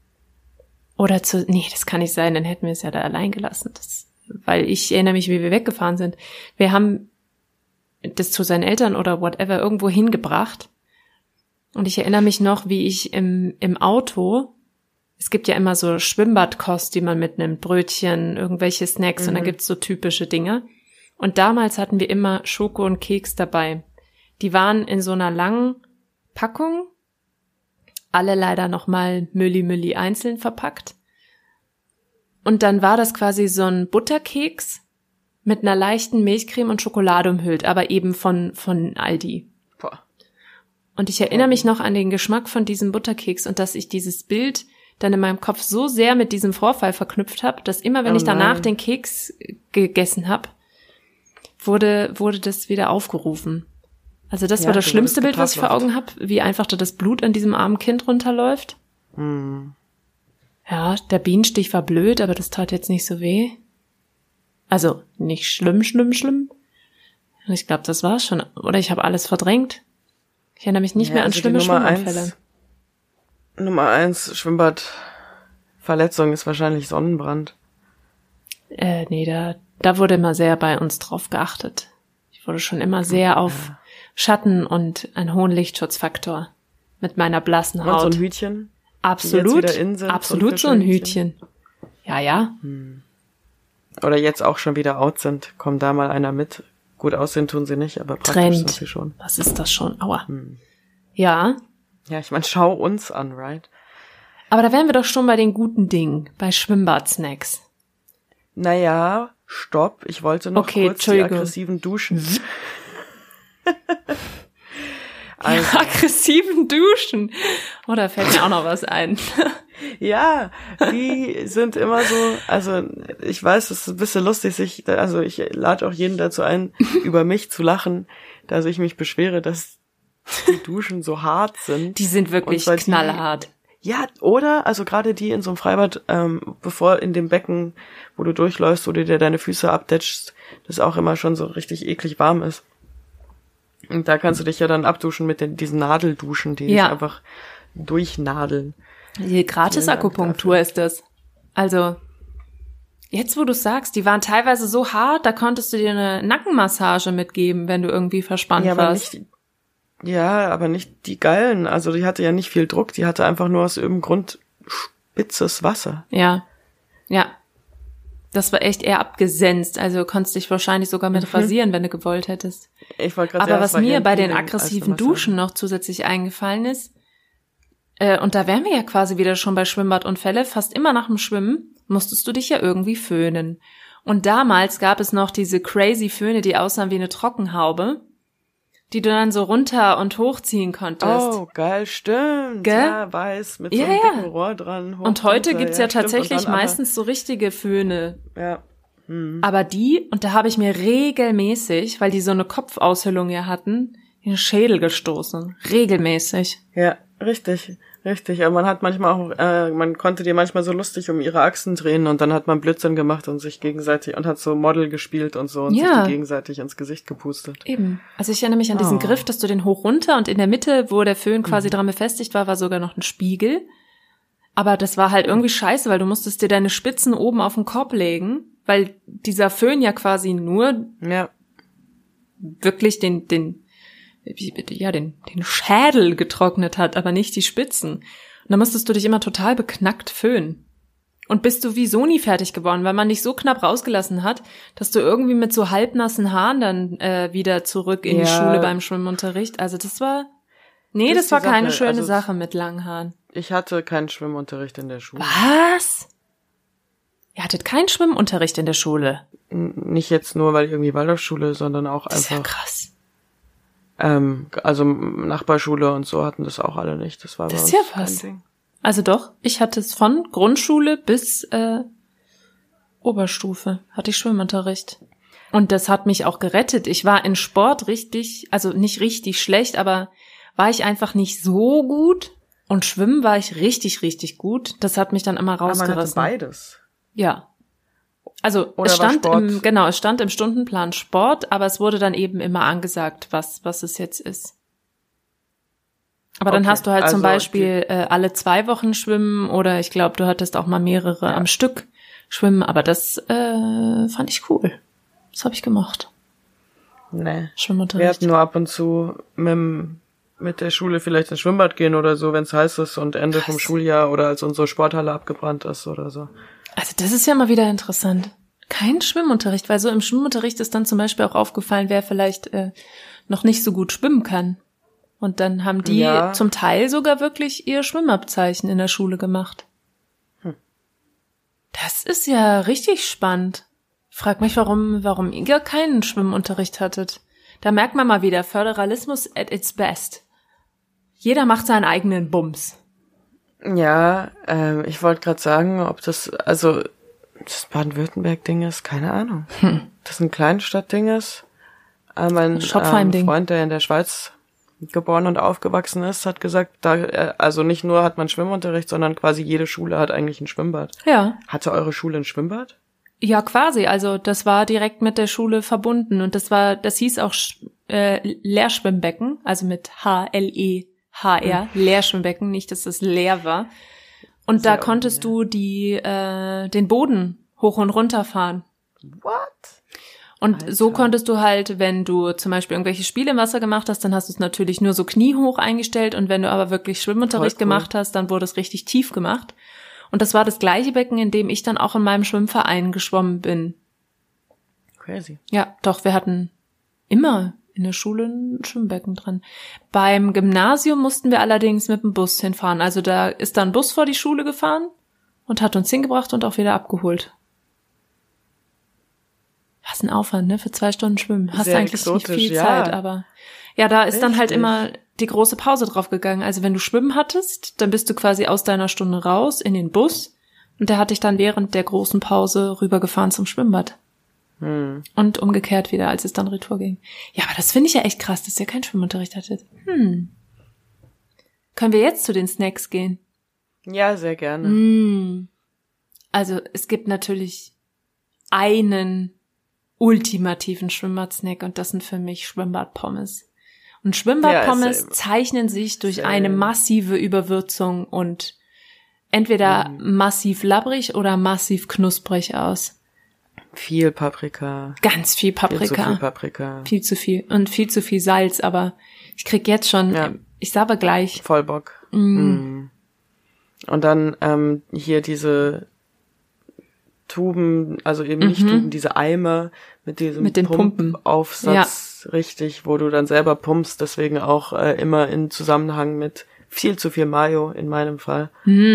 Oder das kann nicht sein, dann hätten wir es ja da allein gelassen. Weil ich erinnere mich, wie wir weggefahren sind. Wir haben das zu seinen Eltern oder whatever irgendwo hingebracht. Und ich erinnere mich noch, wie ich im Auto, es gibt ja immer so Schwimmbadkost, die man mitnimmt, Brötchen, irgendwelche Snacks und dann gibt's so typische Dinge. Und damals hatten wir immer Schoko und Keks dabei. Die waren in so einer langen Packung, alle leider nochmal Mülli einzeln verpackt. Und dann war das quasi so ein Butterkeks mit einer leichten Milchcreme und Schokolade umhüllt, aber eben von Aldi. Boah. Und ich erinnere mich noch an den Geschmack von diesem Butterkeks und dass ich dieses Bild dann in meinem Kopf so sehr mit diesem Vorfall verknüpft habe, dass immer, wenn ich danach den Keks gegessen habe, wurde das wieder aufgerufen. Also das war das schlimmste Bild, was ich vor Augen habe, wie einfach da das Blut an diesem armen Kind runterläuft. Ja, der Bienenstich war blöd, aber das tat jetzt nicht so weh. Also nicht schlimm. Ich glaube, das war's schon. Oder ich habe alles verdrängt. Ich erinnere mich nicht mehr an schlimme Schwimmunfälle. Nummer 1 Schwimmbadverletzung ist wahrscheinlich Sonnenbrand. Nee, da wurde immer sehr bei uns drauf geachtet. Ich wurde schon immer sehr auf Schatten und einen hohen Lichtschutzfaktor mit meiner blassen Haut. Und so ein Hütchen? Absolut, absolut so ein Hütchen. Ja. Oder jetzt auch schon wieder out sind. Kommt da mal einer mit. Gut aussehen tun sie nicht, aber praktisch Trend. sind sie schon. Was ist das schon? Aua. Ja. Ja, ich meine, schau uns an, right? Aber da wären wir doch schon bei den guten Dingen, bei Schwimmbad-Snacks. Naja, stopp. Ich wollte noch kurz die aggressiven Duschen. Also. Aggressiven Duschen. Oh, da fällt mir auch noch was ein. Ja, die sind immer so, also ich weiß, es ist ein bisschen lustig, ich lade auch jeden dazu ein, über mich zu lachen, dass ich mich beschwere, dass die Duschen so hart sind. Die sind wirklich knallhart. Ja, oder? Also gerade die in so einem Freibad, bevor in dem Becken, wo du durchläufst, wo du dir deine Füße abdätschst, das auch immer schon so richtig eklig warm ist. Und da kannst du dich ja dann abduschen mit diesen Nadelduschen, die dich einfach durchnadeln. Die Gratis-Akupunktur ist das. Also, jetzt wo du sagst, die waren teilweise so hart, da konntest du dir eine Nackenmassage mitgeben, wenn du irgendwie verspannt warst. Aber nicht die geilen. Also die hatte ja nicht viel Druck, die hatte einfach nur aus irgendeinem Grund spitzes Wasser. Ja. Das war echt eher abgesenzt. Also konntest dich wahrscheinlich sogar mit rasieren, wenn du gewollt hättest. Ich wollte gerade sagen, aber was mir bei den aggressiven Duschen noch zusätzlich eingefallen ist, und da wären wir ja quasi wieder schon bei Schwimmbadunfälle, fast immer nach dem Schwimmen musstest du dich ja irgendwie föhnen. Und damals gab es noch diese crazy Föhne, die aussahen wie eine Trockenhaube, die du dann so runter und hochziehen konntest. Oh, geil, stimmt. Gell? Ja, weiß, mit so einem dicken Rohr dran. Und heute gibt's ja tatsächlich meistens so richtige Föhne. Ja. Aber und da habe ich mir regelmäßig, weil die so eine Kopfaushüllung ja hatten, in den Schädel gestoßen. Regelmäßig. Ja, richtig. Aber man hat manchmal auch, man konnte dir manchmal so lustig um ihre Achsen drehen und dann hat man Blödsinn gemacht und sich gegenseitig und hat so Model gespielt und so und sich die gegenseitig ins Gesicht gepustet. Eben. Also ich erinnere mich an diesen Griff, dass du den hoch runter und in der Mitte, wo der Föhn quasi dran befestigt war sogar noch ein Spiegel. Aber das war halt irgendwie scheiße, weil du musstest dir deine Spitzen oben auf den Kopf legen, weil dieser Föhn ja quasi nur wirklich den Schädel getrocknet hat, aber nicht die Spitzen. Und da musstest du dich immer total beknackt föhnen. Und bist du wie nie fertig geworden, weil man dich so knapp rausgelassen hat, dass du irgendwie mit so halbnassen Haaren dann wieder zurück in die Schule beim Schwimmunterricht. Also das war keine schöne Sache mit langen Haaren. Ich hatte keinen Schwimmunterricht in der Schule. Was? Ihr hattet keinen Schwimmunterricht in der Schule? Nicht jetzt nur, weil irgendwie Waldorfschule, sondern auch einfach. Das ist ja krass. Also Nachbarschule und so hatten das auch alle nicht. Das war bei uns ja was. Ding. Also doch, ich hatte es von Grundschule bis Oberstufe, hatte ich Schwimmunterricht. Und das hat mich auch gerettet. Ich war in Sport also nicht richtig schlecht, aber war ich einfach nicht so gut. Und Schwimmen war ich richtig, richtig gut. Das hat mich dann immer rausgerissen. Aber man hatte beides. Ja. Also es stand im Stundenplan Sport, aber es wurde dann eben immer angesagt, was es jetzt ist. Aber dann hast du halt zum Beispiel alle 2 Wochen schwimmen oder ich glaube, du hattest auch mal mehrere am Stück schwimmen, aber das fand ich cool. Das habe ich gemacht. Nee. Schwimmunterricht. Wir hatten nur ab und zu mit der Schule vielleicht ins Schwimmbad gehen oder so, wenn es heiß ist und Ende vom Schuljahr oder als unsere Sporthalle abgebrannt ist oder so. Also das ist ja mal wieder interessant. Kein Schwimmunterricht, weil so im Schwimmunterricht ist dann zum Beispiel auch aufgefallen, wer vielleicht noch nicht so gut schwimmen kann. Und dann haben die zum Teil sogar wirklich ihr Schwimmabzeichen in der Schule gemacht. Das ist ja richtig spannend. Frag mich, warum ihr gar keinen Schwimmunterricht hattet. Da merkt man mal wieder Föderalismus at its best. Jeder macht seinen eigenen Bums. Ja, ich wollte gerade sagen, ob das Baden-Württemberg-Ding ist, keine Ahnung. Das ein Kleinstadt-Ding ist. Mein Schopfheim-Ding. Freund, der in der Schweiz geboren und aufgewachsen ist, hat gesagt, also nicht nur hat man Schwimmunterricht, sondern quasi jede Schule hat eigentlich ein Schwimmbad. Ja. Hatte eure Schule ein Schwimmbad? Ja, quasi. Also das war direkt mit der Schule verbunden und das hieß auch Lehrschwimmbecken, also mit H-L-E-H-R, Lehrschwimmbecken, nicht, dass das leer war. Und da konntest du den Boden hoch und runter fahren. What? Und Alter. so konntest du halt, wenn du zum Beispiel irgendwelche Spiele im Wasser gemacht hast, dann hast du es natürlich nur so kniehoch eingestellt und wenn du aber wirklich Schwimmunterricht gemacht hast, dann wurde es richtig tief gemacht. Und das war das gleiche Becken, in dem ich dann auch in meinem Schwimmverein geschwommen bin. Crazy. Ja, doch, wir hatten immer in der Schule ein Schwimmbecken dran. Beim Gymnasium mussten wir allerdings mit dem Bus hinfahren. Also da ist dann ein Bus vor die Schule gefahren und hat uns hingebracht und auch wieder abgeholt. Was ein Aufwand, ne? Für 2 Stunden Schwimmen. Hast Sehr eigentlich exotisch, nicht viel ja. Zeit, aber ja, da ist dann halt Richtig. immer die große Pause drauf gegangen. Also wenn du Schwimmen hattest, dann bist du quasi aus deiner Stunde raus in den Bus und der hat dich dann während der großen Pause rübergefahren zum Schwimmbad. Und umgekehrt wieder, als es dann retour ging. Ja, aber das finde ich ja echt krass, dass ihr keinen Schwimmunterricht hattet. Können wir jetzt zu den Snacks gehen? Ja, sehr gerne. Also es gibt natürlich einen ultimativen Schwimmbad-Snack und das sind für mich Schwimmbad-Pommes. Und Schwimmbad-Pommes Ja, zeichnen sich durch eine massive Überwürzung und entweder massiv labbrig oder massiv knusprig aus. Viel Paprika. Ganz viel Paprika. Viel zu viel Paprika. Viel zu viel. Und viel zu viel Salz, aber ich krieg jetzt schon, ich sage gleich. Voll Bock. Und dann hier diese Tuben, also eben nicht Tuben, diese Eimer mit diesem Mit den Pumpen. Pumpaufsatz, richtig, wo du dann selber pumpst, deswegen auch immer in Zusammenhang mit viel zu viel Mayo in meinem Fall.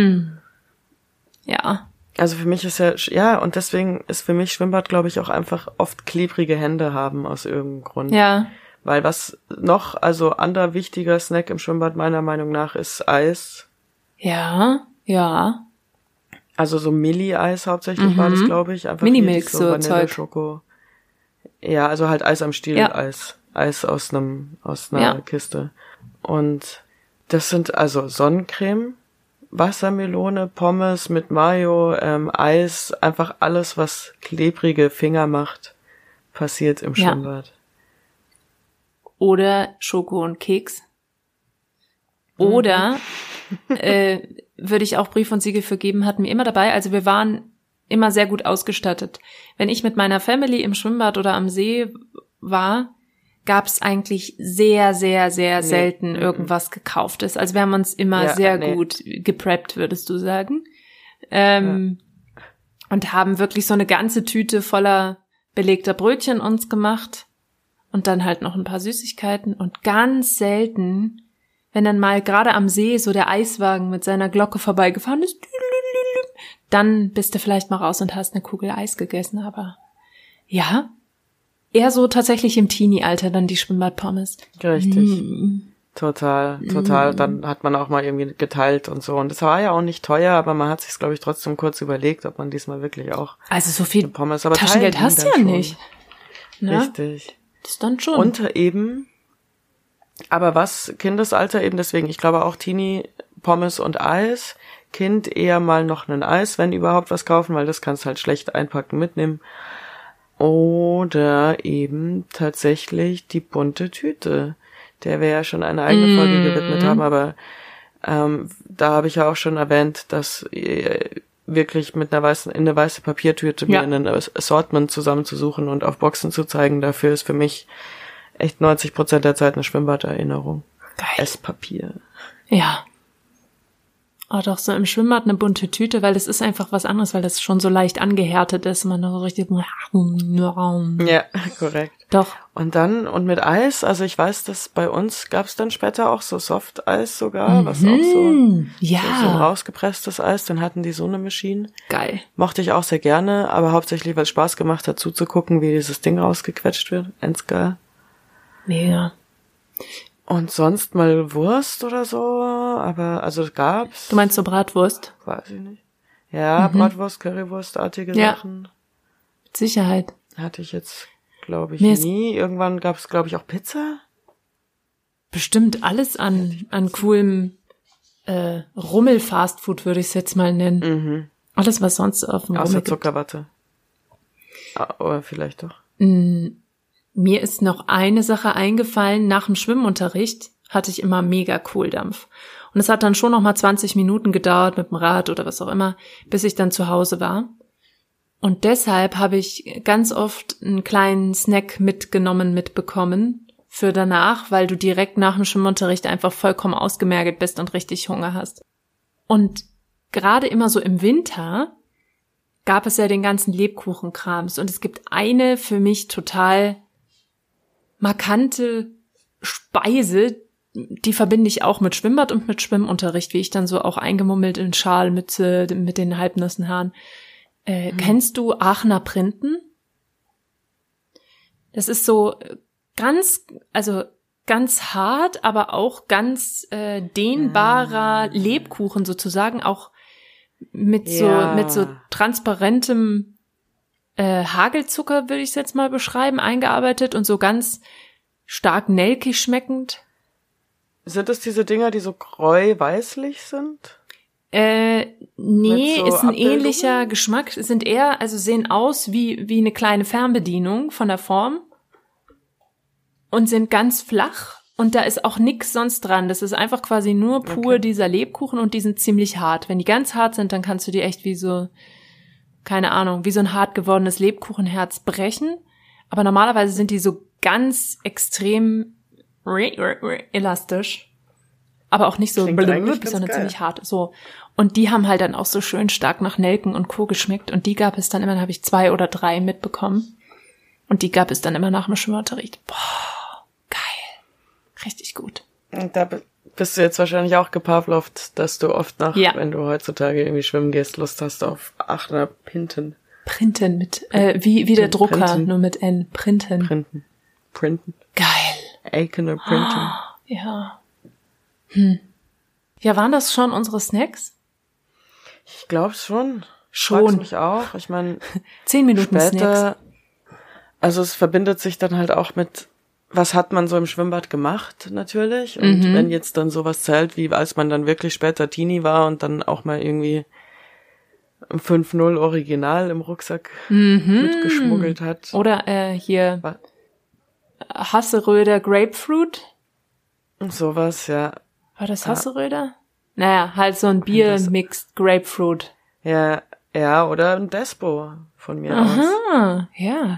Ja. Also für mich ist und deswegen ist für mich Schwimmbad, glaube ich, auch einfach oft klebrige Hände haben aus irgendeinem Grund. Ja. Weil was noch, also anderer wichtiger Snack im Schwimmbad meiner Meinung nach ist Eis. Ja. Ja. Also so Milli-Eis hauptsächlich war das, glaube ich. Einfach Minimilk, so so Vanille, Zeug. Schoko. Ja, also halt Eis am Stiel, Ja. Eis aus einer Kiste. Und das sind also Sonnencreme, Wassermelone, Pommes mit Mayo, Eis, einfach alles, was klebrige Finger macht, passiert im Ja. Schwimmbad. Oder Schoko und Keks. Oder würde ich auch Brief und Siegel für geben, hatten wir immer dabei. Also wir waren immer sehr gut ausgestattet. Wenn ich mit meiner Family im Schwimmbad oder am See war, gab es eigentlich sehr, sehr, sehr selten irgendwas Gekauftes. Also wir haben uns immer gut gepreppt, würdest du sagen. Und haben wirklich so eine ganze Tüte voller belegter Brötchen uns gemacht und dann halt noch ein paar Süßigkeiten und ganz selten, wenn dann mal gerade am See so der Eiswagen mit seiner Glocke vorbeigefahren ist, dann bist du vielleicht mal raus und hast eine Kugel Eis gegessen, aber ja, eher so tatsächlich im Teenie-Alter dann die Schwimmbadpommes. Richtig. Total. Dann hat man auch mal irgendwie geteilt und so. Und das war ja auch nicht teuer, aber man hat sich, glaube ich, trotzdem kurz überlegt, ob man diesmal wirklich auch also so viel Pommes, aber Taschengeld hast du ja schon. nicht. Ne? Richtig. Das dann schon. Und eben, aber was Kindesalter eben, deswegen, ich glaube auch Teenie, Pommes und Eis, Kind eher mal noch ein Eis, wenn überhaupt was kaufen, weil das kannst halt schlecht einpacken, mitnehmen. Oder eben tatsächlich die bunte Tüte, der wir ja schon eine eigene Folge gewidmet haben, aber da habe ich ja auch schon erwähnt, dass wirklich mit in eine weiße Papiertüte mir ein Assortment zusammenzusuchen und auf Boxen zu zeigen, dafür ist für mich echt 90% der Zeit eine Schwimmbaderinnerung. Geil. Esspapier. Ja. Oh, doch, so im Schwimmbad eine bunte Tüte, weil das ist einfach was anderes, weil das schon so leicht angehärtet ist. Man so richtig. Ja, korrekt. Doch. Und mit Eis, also ich weiß, dass bei uns gab's dann später auch so Softeis sogar, was auch so ein rausgepresstes Eis, dann hatten die so eine Maschine. Geil. Mochte ich auch sehr gerne, aber hauptsächlich, weil es Spaß gemacht hat, zuzugucken, wie dieses Ding rausgequetscht wird. Endgeil. Mega. Und sonst mal Wurst oder so, aber also gab's. Du meinst so Bratwurst? Weiß ich nicht. Ja, Bratwurst, Currywurstartige Sachen. Mit Sicherheit. Hatte ich jetzt, glaube ich, Mir ist nie. Irgendwann gab's, glaube ich, auch Pizza. bestimmt alles an coolem Rummel-Fastfood, würde ich es jetzt mal nennen. Mhm. Alles, was sonst auf dem Rummel Außer gibt. Zuckerwatte. Oder vielleicht doch. Mir ist noch eine Sache eingefallen. Nach dem Schwimmunterricht hatte ich immer mega Kohldampf. Und es hat dann schon noch mal 20 Minuten gedauert mit dem Rad oder was auch immer, bis ich dann zu Hause war. Und deshalb habe ich ganz oft einen kleinen Snack mitbekommen für danach, weil du direkt nach dem Schwimmunterricht einfach vollkommen ausgemergelt bist und richtig Hunger hast. Und gerade immer so im Winter gab es ja den ganzen Lebkuchenkrams. Und es gibt eine für mich total markante Speise, die verbinde ich auch mit Schwimmbad und mit Schwimmunterricht, wie ich dann so auch eingemummelt in Schal, Mütze, mit den halbnassen Haaren. Kennst du Aachener Printen? Das ist so ganz hart, aber auch ganz dehnbarer Lebkuchen sozusagen, auch mit so transparentem Hagelzucker, würde ich es jetzt mal beschreiben, eingearbeitet und so ganz stark nelkig schmeckend. Sind das diese Dinger, die so gräu-weißlich sind? Nee, so ist ein Abbildungen? ähnlicher Geschmack, sind eher, also sehen aus wie eine kleine Fernbedienung von der Form und sind ganz flach und da ist auch nix sonst dran. Das ist einfach quasi nur pur dieser Lebkuchen und die sind ziemlich hart. Wenn die ganz hart sind, dann kannst du die echt wie so, keine Ahnung, wie so ein hart gewordenes Lebkuchenherz brechen. Aber normalerweise sind die so ganz extrem elastisch. Aber auch nicht so Klingt sondern geil. ziemlich hart. So. Und die haben halt dann auch so schön stark nach Nelken und Co. geschmeckt. Und die gab es dann immer, dann habe ich 2 oder 3 mitbekommen. Und die gab es dann immer nach dem Schwimmunterricht. Boah, geil. Richtig gut. Und da bist du jetzt wahrscheinlich auch gepavlovt, dass du oft wenn du heutzutage irgendwie schwimmen gehst, Lust hast auf Aachener Pinten. Printen mit, wie der Drucker, Printen. nur mit N. Printen. Printen. Geil. Aachener Printen. Ja. Ja, waren das schon unsere Snacks? Ich glaube schon. Schon. Frag's mich auch. Ich meine, 10 Minuten Snacks. später, also es verbindet sich dann halt auch mit, was hat man so im Schwimmbad gemacht, natürlich. Und wenn jetzt dann sowas zählt, wie als man dann wirklich später Teenie war und dann auch mal irgendwie ein 5-0 Original im Rucksack mitgeschmuggelt hat. Oder hier Hasseröder Grapefruit. Sowas, ja. War das Hasseröder? Naja, halt so ein Bier-Mixed Grapefruit. Ja, oder ein Despo von mir aus. Aha, ja.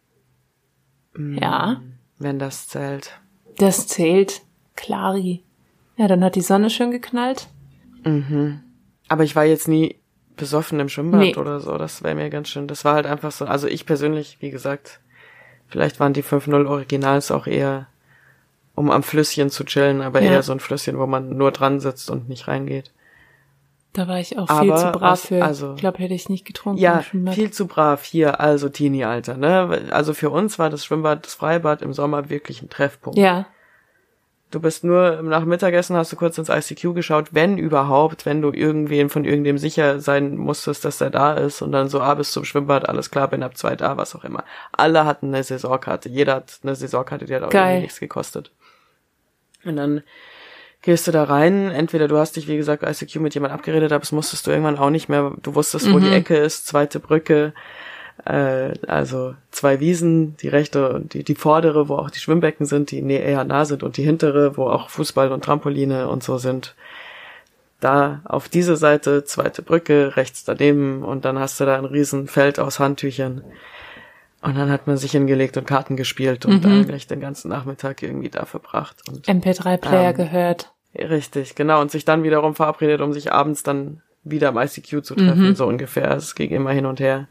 Ja, Wenn das zählt. das zählt. Klari. Ja, dann hat die Sonne schön geknallt. Aber ich war jetzt nie besoffen im Schwimmbad Nee. oder so. Das wäre mir ganz schön. Das war halt einfach so. Also ich persönlich, wie gesagt, vielleicht waren die 5-0 Originals auch eher, um am Flüsschen zu chillen, aber Ja. eher so ein Flüsschen, wo man nur dran sitzt und nicht reingeht. Da war ich auch viel Aber zu brav für. also- Ich glaube, hätte ich nicht getrunken. Ja, im Schwimmbad. viel zu brav hier, also Teenie-Alter, ne? Also für uns war das Schwimmbad, das Freibad im Sommer wirklich ein Treffpunkt. Ja, Du bist nur nach Mittagessen, hast du kurz ins ICQ geschaut, wenn überhaupt, wenn du irgendwen von irgendwem sicher sein musstest, dass der da ist und dann so, bis zum Schwimmbad, alles klar, bin ab 2 da, was auch immer. Alle hatten eine Saisonkarte, jeder hat eine Saisonkarte, die hat auch Geil. irgendwie nichts gekostet. Und dann gehst du da rein, entweder du hast dich, wie gesagt, ICQ mit jemand abgeredet, aber das musstest du irgendwann auch nicht mehr, du wusstest, wo die Ecke ist, zweite Brücke, also 2 Wiesen, die rechte und die vordere, wo auch die Schwimmbecken sind, die eher nah sind, und die hintere, wo auch Fußball und Trampoline und so sind. Da auf diese Seite, zweite Brücke, rechts daneben, und dann hast du da ein riesen Feld aus Handtüchern. Und dann hat man sich hingelegt und Karten gespielt und dann gleich den ganzen Nachmittag irgendwie da verbracht. Und MP3-Player gehört. richtig, genau, und sich dann wiederum verabredet, um sich abends dann wieder im ICQ zu treffen, so ungefähr. Es ging immer hin und her.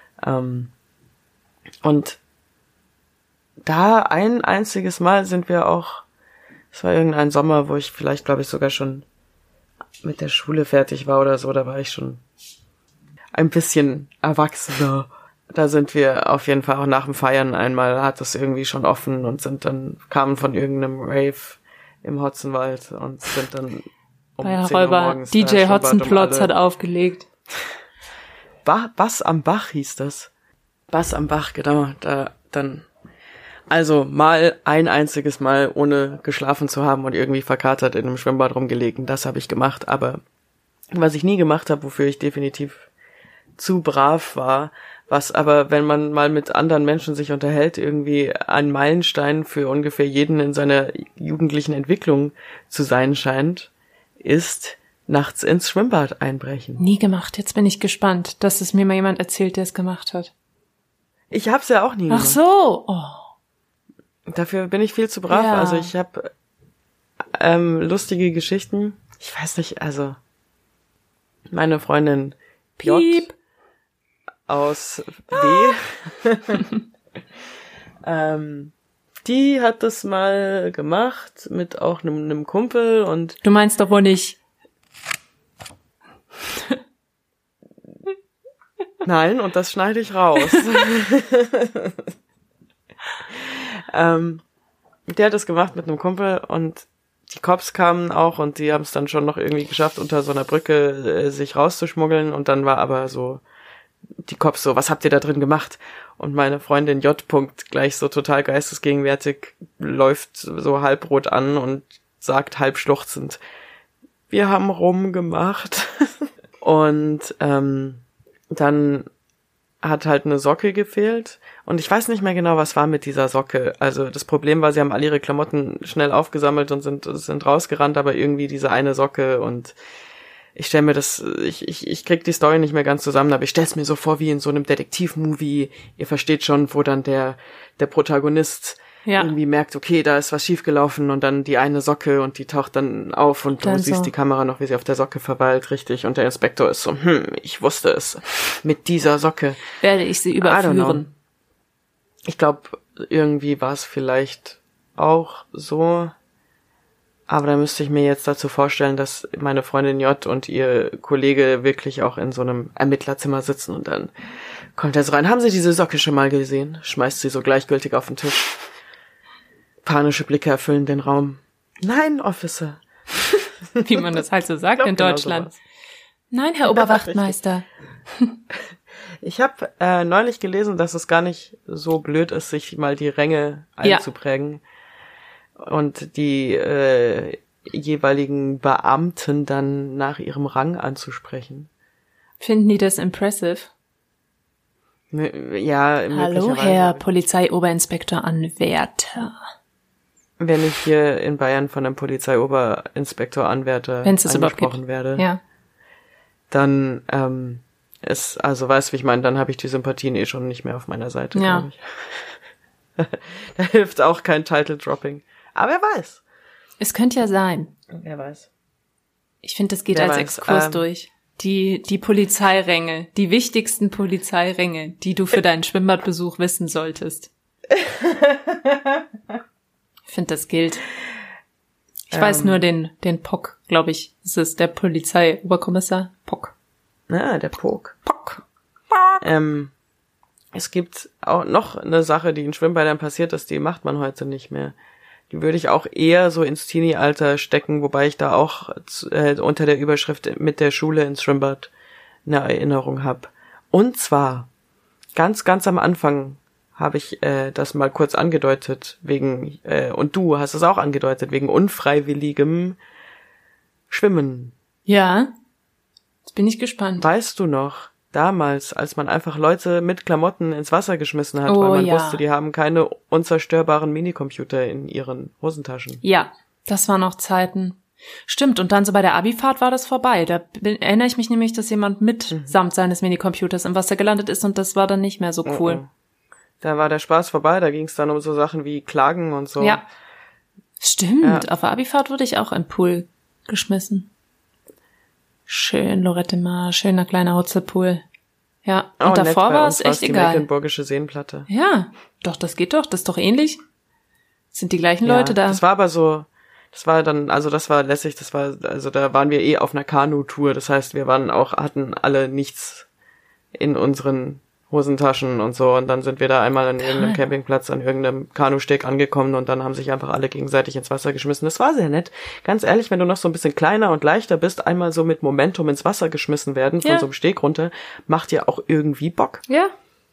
Und da ein einziges Mal sind wir auch, es war irgendein Sommer, wo ich vielleicht, glaube ich, sogar schon mit der Schule fertig war oder so, da war ich schon ein bisschen erwachsener. Da sind wir auf jeden Fall auch nach dem Feiern einmal, hat es irgendwie schon offen und kamen von irgendeinem Rave im Hotzenwald und sind dann um Bei 10 Uhr Räuber morgens da DJ Schwimmbad, Hotzenplotz um hat aufgelegt. Bass am Bach hieß das. Bass am Bach, genau. Da dann Also mal ein einziges Mal ohne geschlafen zu haben und irgendwie verkatert in einem Schwimmbad rumgelegen, das habe ich gemacht. Aber was ich nie gemacht habe, wofür ich definitiv zu brav war, was aber, wenn man mal mit anderen Menschen sich unterhält, irgendwie ein Meilenstein für ungefähr jeden in seiner jugendlichen Entwicklung zu sein scheint, ist nachts ins Schwimmbad einbrechen. Nie gemacht. Jetzt bin ich gespannt, dass es mir mal jemand erzählt, der es gemacht hat. Ich hab's ja auch nie gemacht. Ach so. Oh. Dafür bin ich viel zu brav. Ja. Also ich habe lustige Geschichten. Ich weiß nicht, also meine Freundin J Piep. aus W. Die hat das mal gemacht mit auch einem Kumpel und Du meinst doch wohl nicht. nein, und das schneide ich raus. Der hat das gemacht mit einem Kumpel und die Cops kamen auch und die haben es dann schon noch irgendwie geschafft, unter so einer Brücke sich rauszuschmuggeln und dann war aber so die Cops so, was habt ihr da drin gemacht? Und meine Freundin J. gleich so total geistesgegenwärtig läuft so halbrot an und sagt halb schluchzend, wir haben rumgemacht. Und dann hat halt eine Socke gefehlt und ich weiß nicht mehr genau, was war mit dieser Socke. Also das Problem war, sie haben alle ihre Klamotten schnell aufgesammelt und sind rausgerannt, aber irgendwie diese eine Socke und ich stelle mir das, ich krieg die Story nicht mehr ganz zusammen, aber ich stell's mir so vor wie in so einem Detektiv-Movie. Ihr versteht schon, wo dann der Protagonist irgendwie merkt, okay, da ist was schiefgelaufen und dann die eine Socke und die taucht dann auf und du siehst die Kamera noch, wie sie auf der Socke verweilt, richtig. Und der Inspektor ist so, ich wusste es. Mit dieser Socke werde ich sie überführen. Ich glaube, irgendwie war es vielleicht auch so, aber da müsste ich mir jetzt dazu vorstellen, dass meine Freundin J. und ihr Kollege wirklich auch in so einem Ermittlerzimmer sitzen und dann kommt er so rein. Haben Sie diese Socke schon mal gesehen? Schmeißt sie so gleichgültig auf den Tisch. Panische Blicke erfüllen den Raum. Nein, Officer. Wie man das halt so sagt in Deutschland. Genau nein, Herr Oberwachtmeister. Ich habe neulich gelesen, dass es gar nicht so blöd ist, sich mal die Ränge einzuprägen und die jeweiligen Beamten dann nach ihrem Rang anzusprechen. Finden die das impressive? Ja, hallo, Herr Polizeioberinspektor Anwärter. Wenn ich hier in Bayern von einem Polizeioberinspektor Anwärter angesprochen werde, dann also weißt du, wie ich meine, dann habe ich die Sympathien schon nicht mehr auf meiner Seite, glaube ich. Da hilft auch kein Title-Dropping. Aber wer weiß. Es könnte ja sein. Wer weiß. Ich finde, das geht als Exkurs durch. Die Polizeiränge, die wichtigsten Polizeiränge, die du für deinen Schwimmbadbesuch wissen solltest. Ich finde, das gilt. Ich weiß nur den POC, glaube ich. Das ist der Polizeioberkommissar POC. Ah, der POC. POC. Es gibt auch noch eine Sache, die in Schwimmbädern passiert ist, die macht man heute nicht mehr. Die würde ich auch eher so ins Teenie-Alter stecken, wobei ich da auch unter der Überschrift mit der Schule ins Schwimmbad eine Erinnerung habe. Und zwar, ganz, ganz am Anfang habe ich das mal kurz angedeutet, wegen, und du hast es auch angedeutet, wegen unfreiwilligem Schwimmen. Ja, jetzt bin ich gespannt. Weißt du noch, damals, als man einfach Leute mit Klamotten ins Wasser geschmissen hat, weil man wusste, die haben keine unzerstörbaren Minicomputer in ihren Hosentaschen. Ja, das waren noch Zeiten. Stimmt, und dann so bei der Abifahrt war das vorbei. Da erinnere ich mich nämlich, dass jemand mitsamt seines Minicomputers im Wasser gelandet ist und das war dann nicht mehr so cool. Da war der Spaß vorbei, da ging es dann um so Sachen wie Klagen und so. Ja, stimmt. Auf der Abifahrt wurde ich auch in den Pool geschmissen. Schön, Lorette Mar, schöner kleiner Hutzelpool. Ja, und davor war es echt egal. Die Mecklenburgische Seenplatte. Ja, doch, das geht doch, das ist doch ähnlich. Sind die gleichen Leute da? Das war aber so, das war dann, also das war lässig, also da waren wir auf einer Kanu-Tour, das heißt, wir hatten alle nichts in unseren Hosentaschen und so und dann sind wir da einmal an irgendeinem Campingplatz, an irgendeinem Kanusteg angekommen und dann haben sich einfach alle gegenseitig ins Wasser geschmissen. Das war sehr nett. Ganz ehrlich, wenn du noch so ein bisschen kleiner und leichter bist, einmal so mit Momentum ins Wasser geschmissen werden, von so einem Steg runter, macht ja auch irgendwie Bock. Ja.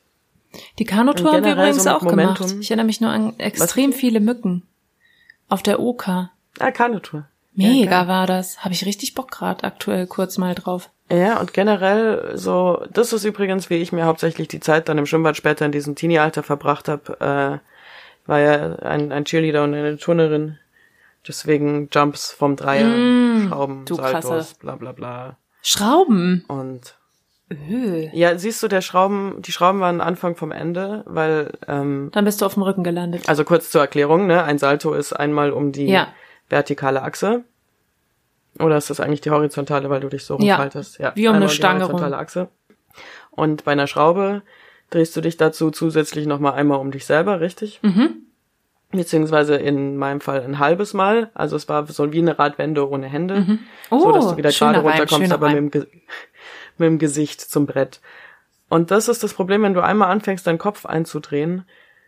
Die Kanutour haben wir generell übrigens so mit auch Momentum. gemacht. Ich erinnere mich nur an extrem viele Mücken. Auf der Oka. Kanutour. Mega Ja, war das. Habe ich richtig Bock gerade aktuell kurz mal drauf. Ja, und generell so, das ist übrigens, wie ich mir hauptsächlich die Zeit dann im Schwimmbad später in diesem Teenie-Alter verbracht habe, war ja ein Cheerleader und eine Turnerin. Deswegen Jumps vom Dreier, Schrauben, du Saltos, Krasse. bla bla bla. Schrauben. Und Öh. ja, siehst du, die Schrauben waren Anfang vom Ende, weil, Dann bist du auf dem Rücken gelandet. also kurz zur Erklärung, ne, ein Salto ist einmal um die Ja. vertikale Achse. Oder ist das eigentlich die horizontale, weil du dich so Ja, rumfaltest? Ja, wie um eine einmal die Stange horizontale rum. Achse. Und bei einer Schraube drehst du dich dazu zusätzlich nochmal einmal um dich selber, richtig? Beziehungsweise in meinem Fall ein halbes Mal. Also es war so wie eine Radwende ohne Hände. Oh, So, dass du wieder schöner gerade Reim, runterkommst, schöner aber Reim. mit dem Gesicht zum Brett. Und das ist das Problem, wenn du einmal anfängst, deinen Kopf einzudrehen,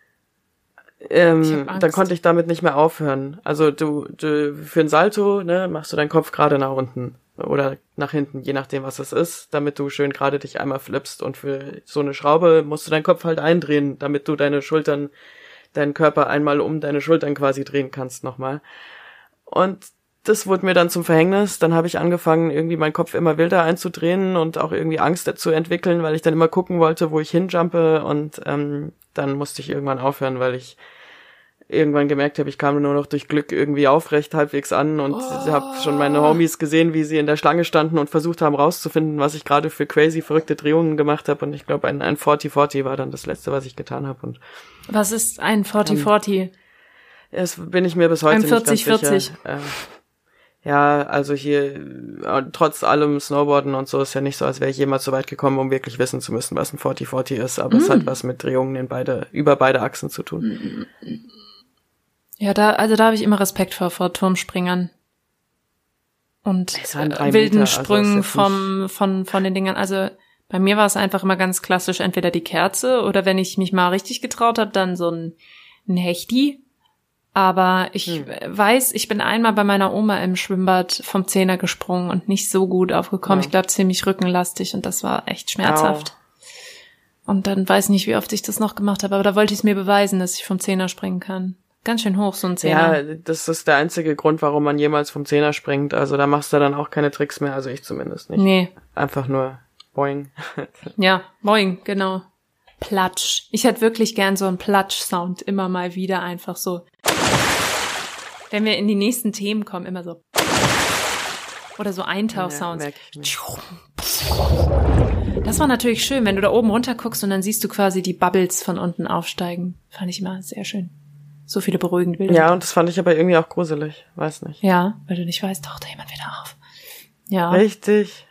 hab Angst. dann konnte ich damit nicht mehr aufhören. Also du für ein Salto, ne, machst du deinen Kopf gerade nach unten oder nach hinten, je nachdem, was es ist, damit du schön gerade dich einmal flippst. Und für so eine Schraube musst du deinen Kopf halt eindrehen, damit du deinen Körper einmal um deine Schultern quasi drehen kannst nochmal. Und das wurde mir dann zum Verhängnis. Dann habe ich angefangen, irgendwie meinen Kopf immer wilder einzudrehen und auch irgendwie Angst zu entwickeln, weil ich dann immer gucken wollte, wo ich hinjumpe. Und dann musste ich irgendwann aufhören, weil ich irgendwann gemerkt habe, ich kam nur noch durch Glück irgendwie aufrecht halbwegs an und habe schon meine Homies gesehen, wie sie in der Schlange standen und versucht haben rauszufinden, was ich gerade für crazy verrückte Drehungen gemacht habe. Und ich glaube, ein 40-40 war dann das Letzte, was ich getan habe. Und Was ist ein 40-40? das bin ich mir bis heute Ein nicht ganz 40-40. sicher. Ja, also hier, trotz allem Snowboarden und so, ist ja nicht so, als wäre ich jemals so weit gekommen, um wirklich wissen zu müssen, was ein 40-40 ist. Aber es hat was mit Drehungen über beide Achsen zu tun. Ja, da habe ich immer Respekt vor Turmspringern. Und Es waren 3 wilden Meter, also Sprüngen ist jetzt von den Dingern. Also bei mir war es einfach immer ganz klassisch, entweder die Kerze oder wenn ich mich mal richtig getraut habe, dann so ein Hechti. Aber ich weiß, ich bin einmal bei meiner Oma im Schwimmbad vom Zehner gesprungen und nicht so gut aufgekommen. Ja. Ich glaube, ziemlich rückenlastig und das war echt schmerzhaft. Und dann weiß nicht, wie oft ich das noch gemacht habe, aber da wollte ich es mir beweisen, dass ich vom Zehner springen kann. Ganz schön hoch, so ein Zehner. Ja, das ist der einzige Grund, warum man jemals vom Zehner springt. Also da machst du dann auch keine Tricks mehr, also ich zumindest nicht. Nee. Einfach nur boing. Ja, boing, genau. Platsch. Ich hätte wirklich gern so einen Platsch-Sound immer mal wieder einfach so. Wenn wir in die nächsten Themen kommen, immer so. Oder so Eintauchsounds. Ja, merk ich nicht. Das war natürlich schön, wenn du da oben runter guckst und dann siehst du quasi die Bubbles von unten aufsteigen. Fand ich immer sehr schön. So viele beruhigende Bilder. Ja, und das fand ich aber irgendwie auch gruselig. Weiß nicht. Ja, weil du nicht weißt, taucht da jemand wieder auf. Ja. Richtig.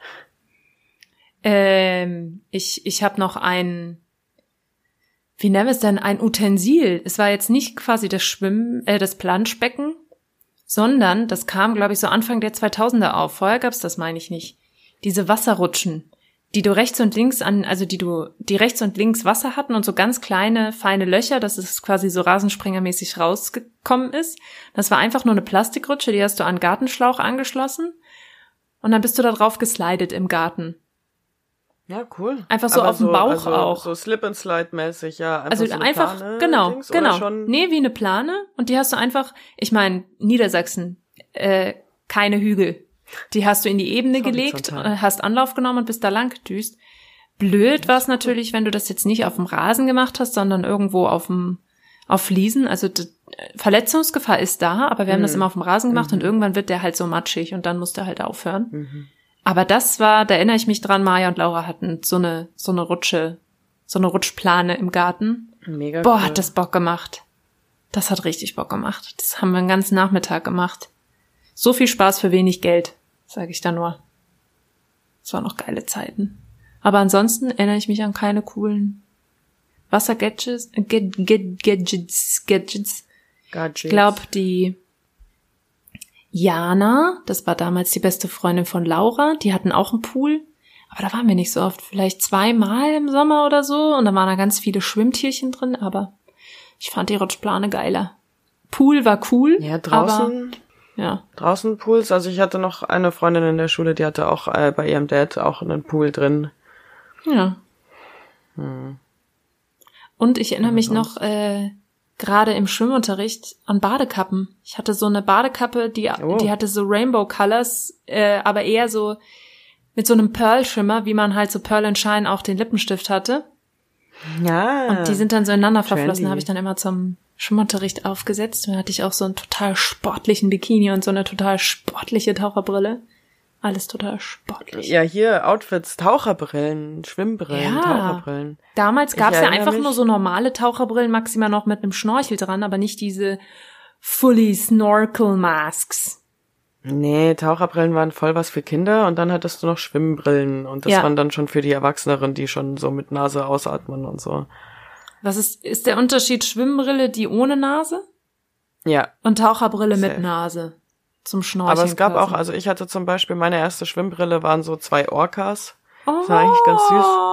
Ich habe noch wie nennen wir es denn, ein Utensil. Es war jetzt nicht quasi das Planschbecken, sondern das kam, glaube ich, so Anfang der 2000er auf. Vorher gab's das, meine ich nicht. Diese Wasserrutschen, die rechts und links Wasser hatten und so ganz kleine, feine Löcher, dass es quasi so rasenspringermäßig rausgekommen ist. Das war einfach nur eine Plastikrutsche, die hast du an den Gartenschlauch angeschlossen und dann bist du da drauf geslidet im Garten. Ja, cool. Einfach so aber auf dem Bauch auch. So Slip-and-Slide-mäßig, ja. Also so eine einfach, Plane genau. oder schon? Nee, wie eine Plane. Und die hast du einfach, ich meine, Niedersachsen, keine Hügel. Die hast du in die Ebene gelegt, hast Anlauf genommen und bist da lang gedüst. Blöd war es natürlich, wenn du das jetzt nicht auf dem Rasen gemacht hast, sondern irgendwo auf Fliesen. Also Verletzungsgefahr ist da, aber wir haben das immer auf dem Rasen gemacht und irgendwann wird der halt so matschig und dann musst du halt aufhören. Aber da erinnere ich mich dran, Maja und Laura hatten so eine Rutschplane im Garten. Mega Boah, cool. hat das Bock gemacht. Das hat richtig Bock gemacht. Das haben wir den ganzen Nachmittag gemacht. So viel Spaß für wenig Geld, sage ich da nur. Das waren noch geile Zeiten. Aber ansonsten erinnere ich mich an keine coolen Wassergadgets. Gadgets. Ich glaube, die Jana, das war damals die beste Freundin von Laura, die hatten auch einen Pool, aber da waren wir nicht so oft, vielleicht 2-mal im Sommer oder so und da waren da ganz viele Schwimmtierchen drin, aber ich fand die Rutschplane geiler. Pool war cool, Ja, draußen, aber ja. draußen Pools, also ich hatte noch eine Freundin in der Schule, die hatte auch bei ihrem Dad auch einen Pool drin. Ja. Und ich erinnere mich noch gerade im Schwimmunterricht an Badekappen. Ich hatte so eine Badekappe, die hatte so Rainbow Colors, aber eher so mit so einem Pearl-Schimmer, wie man halt so Pearl and Shine auch den Lippenstift hatte. Ja. Und die sind dann so ineinander verflossen. Trendy. Habe ich dann immer zum Schwimmunterricht aufgesetzt. Da hatte ich auch so einen total sportlichen Bikini und so eine total sportliche Taucherbrille. Alles total sportlich. Ja, hier Outfits, Taucherbrillen, Schwimmbrillen, Ja. Taucherbrillen. Damals gab's ja erinnere einfach mich- nur so normale Taucherbrillen, maximal noch mit einem Schnorchel dran, aber nicht diese fully Snorkel Masks. Nee, Taucherbrillen waren voll was für Kinder und dann hattest du noch Schwimmbrillen und das Ja. waren dann schon für die Erwachseneren, die schon so mit Nase ausatmen und so. Was ist der Unterschied Schwimmbrille, die ohne Nase Ja, und Taucherbrille mit Safe. Nase zum Schnorcheln? aber es gab quasi. auch, also ich hatte zum Beispiel, meine erste Schwimmbrille waren so 2 Orcas. Oh. Das war eigentlich ganz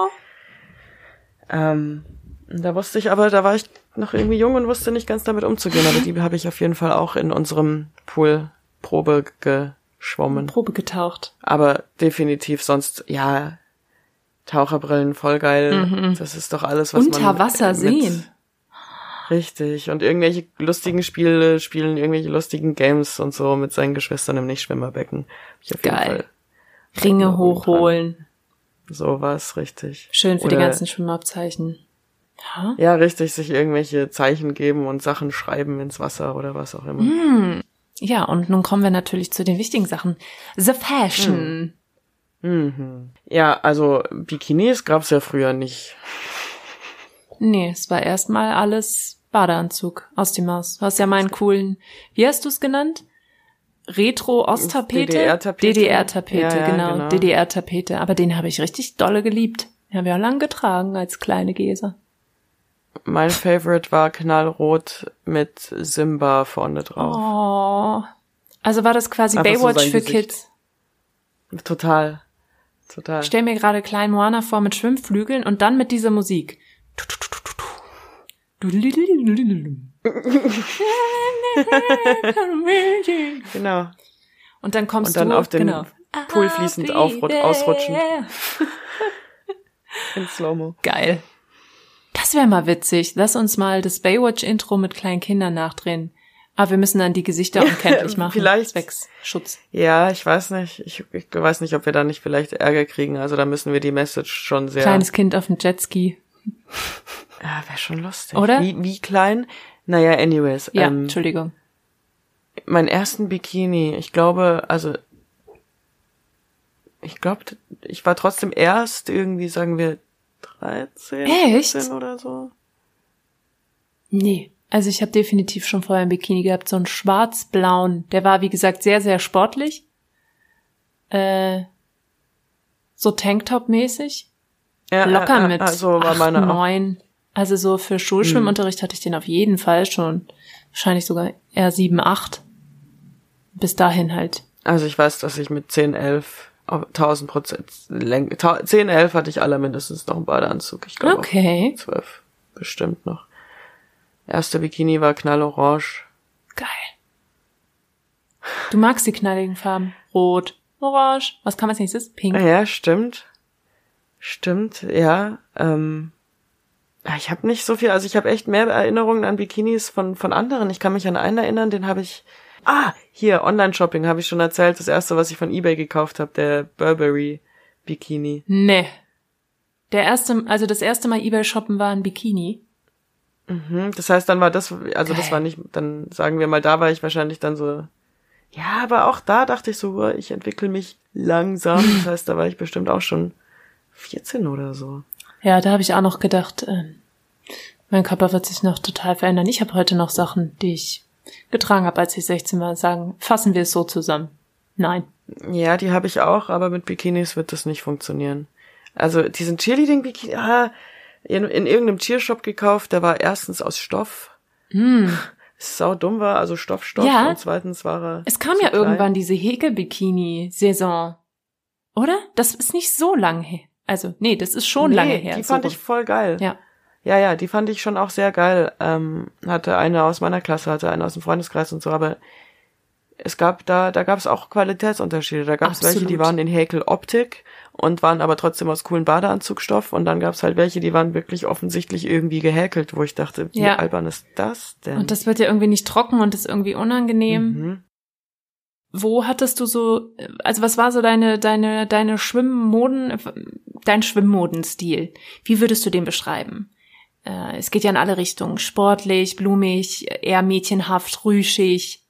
süß. Da wusste ich aber, da war ich noch irgendwie jung und wusste nicht ganz damit umzugehen, aber die habe ich auf jeden Fall auch in unserem Pool Probe geschwommen. Probe getaucht. Aber definitiv sonst, ja, Taucherbrillen, voll geil. Das ist doch alles, was Unter man Wasser sehen. Richtig. Und irgendwelche lustigen Spiele spielen, irgendwelche lustigen Games und so mit seinen Geschwistern im Nichtschwimmerbecken. Hab ich auf jeden Geil. Fall Ringe Erinnerungen hochholen. sowas, richtig. Schön für die Oder- ganzen Schwimmabzeichen. Ja. Ja, richtig, sich irgendwelche Zeichen geben und Sachen schreiben ins Wasser oder was auch immer. Ja, und nun kommen wir natürlich zu den wichtigen Sachen. The Fashion. Ja, also Bikinis gab's ja früher nicht. Nee, es war erstmal alles Badeanzug aus die Maus. Du hast ja meinen coolen, wie hast du es genannt? Retro-Osttapete? DDR-Tapete. DDR-Tapete, Ja, genau. DDR-Tapete. Aber den habe ich richtig dolle geliebt. Den habe ich auch lang getragen als kleine Gese. Mein Favorite war knallrot mit Simba vorne drauf. Oh. Also war das quasi Einfach so Baywatch sein für Gesicht. Kids. Total. Ich stell mir gerade Klein Moana vor mit Schwimmflügeln und dann mit dieser Musik. Genau. Und dann kommst Und dann du auf den genau. Pool fließend ausrutschen. In Slow-Mo. Geil. Das wäre mal witzig. Lass uns mal das Baywatch-Intro mit kleinen Kindern nachdrehen. Aber wir müssen dann die Gesichter unkenntlich machen. Vielleicht. Zwecks Schutz. Ja, ich weiß nicht. Ich weiß nicht, ob wir da nicht vielleicht Ärger kriegen. Also da müssen wir die Message schon sehr... Kleines Kind auf dem Jetski. Ja, wäre schon lustig. Oder? Wie klein? Naja, anyways. Ja, Entschuldigung. Meinen ersten Bikini, ich glaube, ich war trotzdem erst irgendwie, sagen wir, 13, Echt? 14 oder so. Nee. Also ich habe definitiv schon vorher ein Bikini gehabt, so einen schwarz-blauen. Der war, wie gesagt, sehr, sehr sportlich. So Tanktop-mäßig. Ja, Locker mit so war 8, meine auch. 9. Also so für Schulschwimmunterricht hatte ich den auf jeden Fall schon. Wahrscheinlich sogar eher 7, 8. Bis dahin halt. Also ich weiß, dass ich mit 10, 11, auf 1000%, 10, 11 hatte ich alle mindestens noch einen Badeanzug. Ich glaube Okay. 12 bestimmt noch. Erster Bikini war knallorange. Geil. Du magst die knalligen Farben. Rot, orange. Was kam als nächstes? Pink. Ja, stimmt. Stimmt, ja. Ich habe nicht so viel, also ich habe echt mehr Erinnerungen an Bikinis von anderen. Ich kann mich an einen erinnern, den habe ich... hier, Online-Shopping habe ich schon erzählt. Das erste, was ich von eBay gekauft habe, der Burberry Bikini. Nee. Das erste Mal eBay shoppen war ein Bikini. Das heißt, dann war das, also Geil. das war nicht, dann sagen wir mal, da war ich wahrscheinlich dann so, ja, aber auch da dachte ich so, ich entwickle mich langsam. Das heißt, da war ich bestimmt auch schon 14 oder so. Ja, da habe ich auch noch gedacht, mein Körper wird sich noch total verändern. Ich habe heute noch Sachen, die ich getragen habe, als ich 16 war. Fassen wir es so zusammen. Nein. Ja, die habe ich auch, aber mit Bikinis wird das nicht funktionieren. Also diesen Cheerleading-Bikini, in irgendeinem Cheershop gekauft, der war erstens aus Stoff. Sau dumm war, also Stoff. Ja. Und zweitens war er Es kam zu ja klein. irgendwann diese Häkel-Bikini-Saison. Oder? Das ist nicht so lange her. Also, nee, das ist schon lange her. Die so fand rum. ich voll geil. Ja. Ja, die fand ich schon auch sehr geil. Hatte eine aus meiner Klasse, hatte eine aus dem Freundeskreis und so, aber da gab es auch Qualitätsunterschiede. Da gab es welche, die waren in Häkel Optik und waren aber trotzdem aus coolen Badeanzugstoff. Und dann gab es halt welche, die waren wirklich offensichtlich irgendwie gehäkelt, wo ich dachte, wie albern ist das denn? Und das wird ja irgendwie nicht trocken und ist irgendwie unangenehm. Mhm. Wo hattest du so, also was war so deine dein Schwimmmodenstil? Wie würdest du den beschreiben? Es geht ja in alle Richtungen. Sportlich, blumig, eher mädchenhaft, rüschig,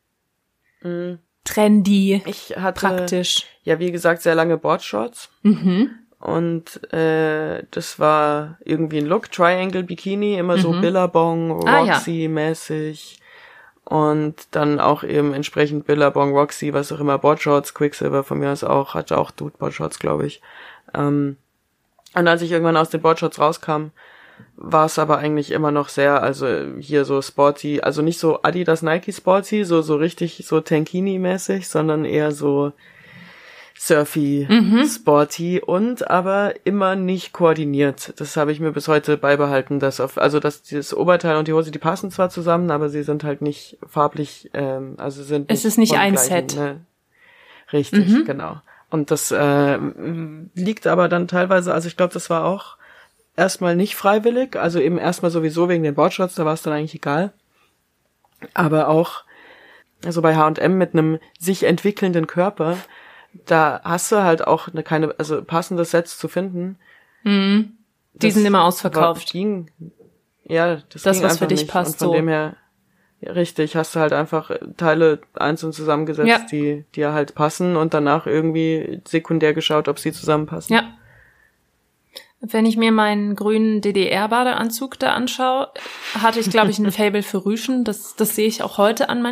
trendy, Ich hatte, praktisch. ja, wie gesagt, sehr lange Boardshorts. Mhm. Und das war irgendwie ein Look, Triangle Bikini, immer so Billabong, Roxy-mäßig. Und dann auch eben entsprechend Billabong, Roxy, was auch immer, Boardshorts, Quicksilver von mir aus auch, hatte auch Dude Boardshorts, glaube ich. Und als ich irgendwann aus den Boardshorts rauskam, war es aber eigentlich immer noch sehr, also hier so sporty, also nicht so Adidas Nike sporty, so richtig so Tankini-mäßig, sondern eher so surfy, sporty und aber immer nicht koordiniert. Das habe ich mir bis heute beibehalten, dass dieses Oberteil und die Hose, die passen zwar zusammen, aber sie sind halt nicht farblich, also sind es ist nicht ein gleichen, Set. Ne? Richtig, genau. Und das liegt aber dann teilweise, also ich glaube, das war auch erstmal nicht freiwillig, also eben erstmal sowieso wegen den Boardshorts, da war es dann eigentlich egal. Aber auch, also bei H&M mit einem sich entwickelnden Körper, da hast du halt auch also passende Sets zu finden. Mhm. Die sind immer ausverkauft. Das ging was einfach für dich nicht. passt. Und von dem her, ja, richtig, hast du halt einfach Teile einzeln zusammengesetzt, die dir halt passen und danach irgendwie sekundär geschaut, ob sie zusammenpassen. Ja. Wenn ich mir meinen grünen DDR-Badeanzug da anschaue, hatte ich, glaube ich, ein Faible für Rüschen. Das sehe ich auch heute an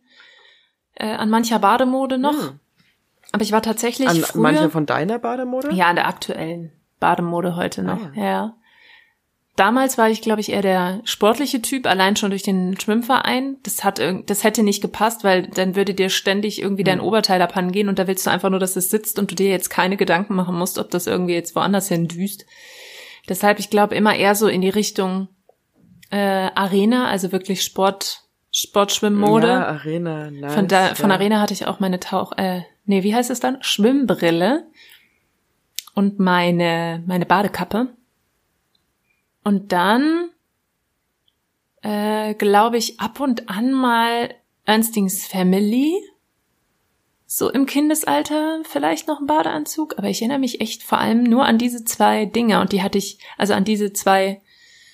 mancher Bademode noch. Aber ich war tatsächlich früher... Manche von deiner Bademode? Ja, an der aktuellen Bademode heute noch, Ah, ja. ja. Damals war ich, glaube ich, eher der sportliche Typ, allein schon durch den Schwimmverein. Das hätte nicht gepasst, weil dann würde dir ständig irgendwie dein Oberteil abhanden gehen und da willst du einfach nur, dass es sitzt und du dir jetzt keine Gedanken machen musst, ob das irgendwie jetzt woanders hin düst. Deshalb, ich glaube, immer eher so in die Richtung Arena, also wirklich Sportschwimmmode. Ja, Arena, nice. Von Arena hatte ich auch meine wie heißt es dann? Schwimmbrille und meine Badekappe. Und dann, glaube ich, ab und an mal Ernstings Family. So im Kindesalter vielleicht noch ein Badeanzug. Aber ich erinnere mich echt vor allem nur an diese zwei Dinge. Und die hatte ich, also an diese zwei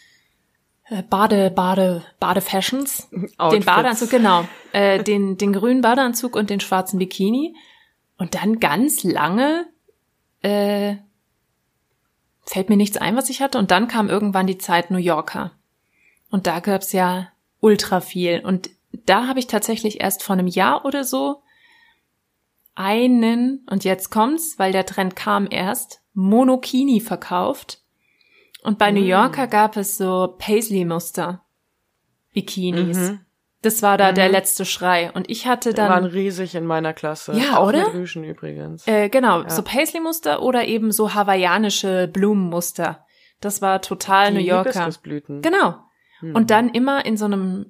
Bade-Fashions. Den Badeanzug, genau. Den grünen Badeanzug und den schwarzen Bikini. Und dann ganz lange fällt mir nichts ein, was ich hatte. Und dann kam irgendwann die Zeit New Yorker. Und da gab's ja ultra viel. Und da habe ich tatsächlich erst vor einem Jahr oder so und jetzt kommt's, weil der Trend kam erst, Monokini verkauft. Und bei New Yorker gab es so Paisley-Muster Bikinis. Das war da der letzte Schrei. Und ich hatte dann... Die waren riesig in meiner Klasse. Ja, auch oder? Mit Rüschen übrigens. Genau, Ja. so Paisley-Muster oder eben so hawaiianische Blumenmuster. Das war total New Yorker. Hibiskusblüten. Genau. Und dann immer in so einem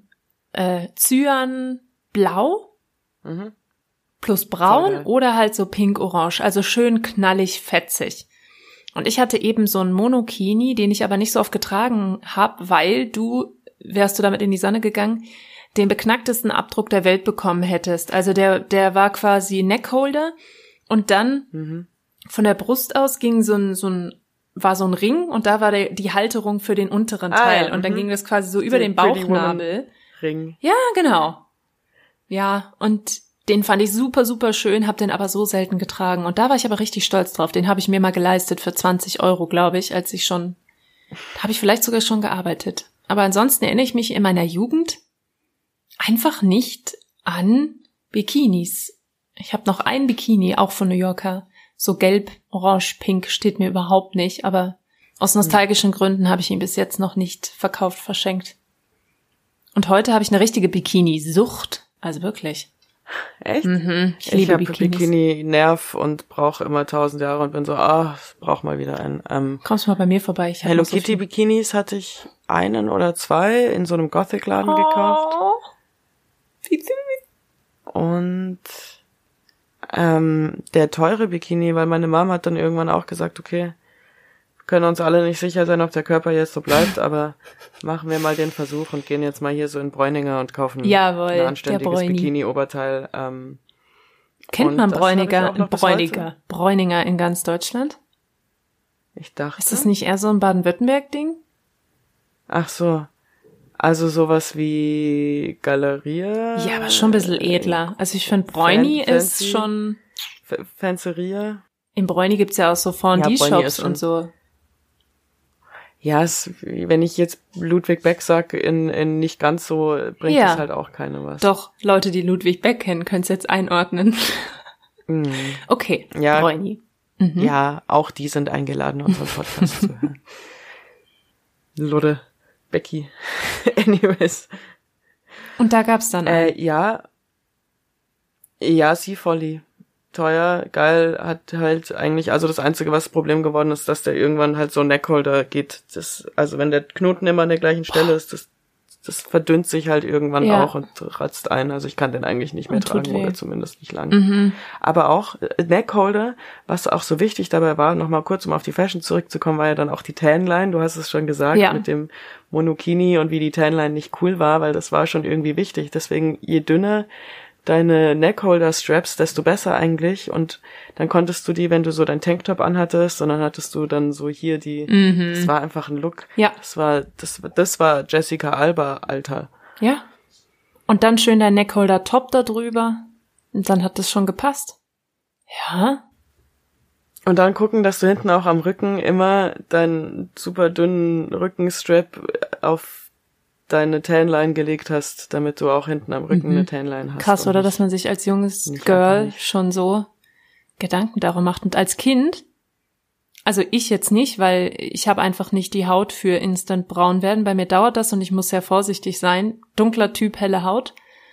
Cyan-Blau plus Braun geil. oder halt so Pink-Orange. Also schön knallig, fetzig. Und ich hatte eben so einen Monokini, den ich aber nicht so oft getragen habe, weil wärst du damit in die Sonne gegangen, den beknacktesten Abdruck der Welt bekommen hättest. Also der war quasi Neckholder und dann von der Brust aus ging so ein Ring und da war die Halterung für den unteren Teil. Ja, und dann ging das quasi so über den Bauchnabel. Ring. Ja, genau. Ja, und den fand ich super, super schön, hab den aber so selten getragen. Und da war ich aber richtig stolz drauf. Den habe ich mir mal geleistet für 20 €, glaube ich, da habe ich vielleicht sogar schon gearbeitet. Aber ansonsten erinnere ich mich in meiner Jugend einfach nicht an Bikinis. Ich habe noch einen Bikini, auch von New Yorker. So gelb, orange, pink, steht mir überhaupt nicht. Aber aus nostalgischen Gründen habe ich ihn bis jetzt noch nicht verkauft, verschenkt. Und heute habe ich eine richtige Bikini-Sucht. Also wirklich. Echt? Ich liebe habe Bikinis. Bikini-Nerv und brauche immer 1000 Jahre und bin so, brauch mal wieder einen. Kommst du mal bei mir vorbei? Ich hab Hello noch so Kitty viel. Bikinis hatte ich einen oder zwei in so einem Gothic-Laden gekauft. Wie süß. Und der teure Bikini, weil meine Mom hat dann irgendwann auch gesagt, okay, wir können uns alle nicht sicher sein, ob der Körper jetzt so bleibt, aber machen wir mal den Versuch und gehen jetzt mal hier so in Bräuninger und kaufen ein anständiges Bikini-Oberteil. Kennt man Bräuninger in ganz Deutschland? Ich dachte. Ist das nicht eher so ein Baden-Württemberg-Ding? Ach so. Also sowas wie Galeria? Ja, aber schon ein bisschen edler. Also ich finde, Bräuni ist schon... Fanceria? In Bräuni gibt's ja auch so Fondue-Shops und so. Ja, wenn ich jetzt Ludwig Beck sag, in nicht ganz so, bringt es halt auch keine was. Doch, Leute, die Ludwig Beck kennen, können es jetzt einordnen. Okay, ja, Bräuni. Ja, auch die sind eingeladen, unseren Podcast zu hören. Ludde. Becky. Anyways. Und da gab's dann Ja, Sea Folly. Teuer, geil, hat halt eigentlich, also das Einzige, was das Problem geworden ist, dass der irgendwann halt so Neckholder geht. Also wenn der Knoten immer an der gleichen Stelle ist, das verdünnt sich halt irgendwann auch und ratzt ein. Also ich kann den eigentlich nicht mehr tragen oder zumindest nicht lange. Aber auch Neckholder, was auch so wichtig dabei war, nochmal kurz, um auf die Fashion zurückzukommen, war ja dann auch die Tanline. Du hast es schon gesagt, mit dem Monokini und wie die Tanline nicht cool war, weil das war schon irgendwie wichtig. Deswegen, je dünner deine Neckholder-Straps, desto besser eigentlich. Und dann konntest du die, wenn du so dein Tanktop anhattest, und dann hattest du dann so hier die, das war einfach ein Look. Ja. Das war Jessica Alba, Alter. Ja. Und dann schön der Neckholder-Top da drüber. Und dann hat das schon gepasst. Ja. Und dann gucken, dass du hinten auch am Rücken immer deinen super dünnen Rückenstrap auf deine Tanline gelegt hast, damit du auch hinten am Rücken eine Tanline hast. Krass, oder? Dass man sich als junges Girl schon so Gedanken darum macht. Und als Kind, also ich jetzt nicht, weil ich habe einfach nicht die Haut für instant braun werden. Bei mir dauert das und ich muss sehr vorsichtig sein. Dunkler Typ, helle Haut.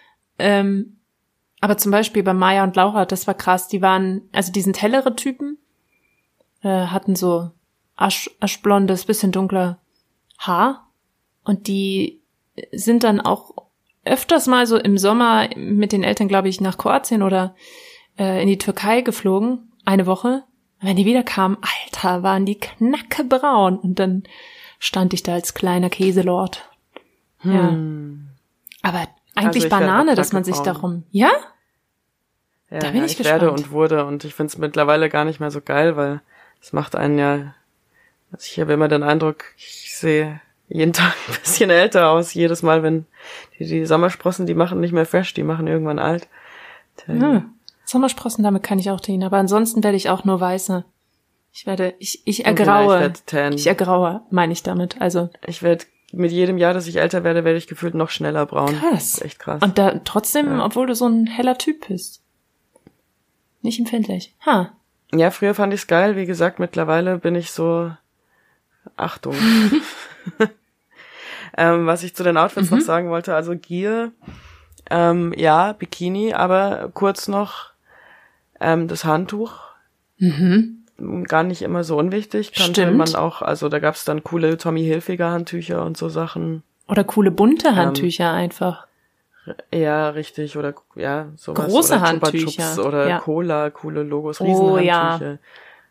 Aber zum Beispiel bei Maya und Laura, das war krass. Die waren, also die sind hellere Typen, hatten so aschblondes, bisschen dunkler Haar. Und die sind dann auch öfters mal so im Sommer mit den Eltern, glaube ich, nach Kroatien oder in die Türkei geflogen, eine Woche. Und wenn die wieder kamen, Alter, waren die knackebraun. Und dann stand ich da als kleiner Käselord. Ja. Aber eigentlich also Banane, dass man sich darum... Ja? Da bin ich gespannt. Werde und wurde. Und ich finde es mittlerweile gar nicht mehr so geil, weil es macht einen ja... Also ich habe immer den Eindruck, ich sehe jeden Tag ein bisschen älter aus. Jedes Mal, wenn die Sommersprossen, die machen nicht mehr fresh, die machen irgendwann alt. Sommersprossen, damit kann ich auch dienen. Aber ansonsten werde ich auch nur weißer. Ich ergraue. Ich ergraue, meine ich damit. Also ich werde mit jedem Jahr, dass ich älter werde ich gefühlt noch schneller braun. Krass. Das ist echt krass. Und da trotzdem, obwohl du so ein heller Typ bist. Nicht empfindlich. Ja, früher fand ich's geil. Wie gesagt, mittlerweile bin ich so... Achtung. Was ich zu den Outfits noch sagen wollte, also Gear, ja, Bikini, aber kurz noch das Handtuch. Gar nicht immer so unwichtig. Kannte man auch, also da gab's dann coole Tommy Hilfiger Handtücher und so Sachen. Oder coole bunte Handtücher einfach. Ja, richtig, oder ja, sowas. Große oder Handtücher. Oder Cola, coole Logos, Riesenhandtücher. Ja.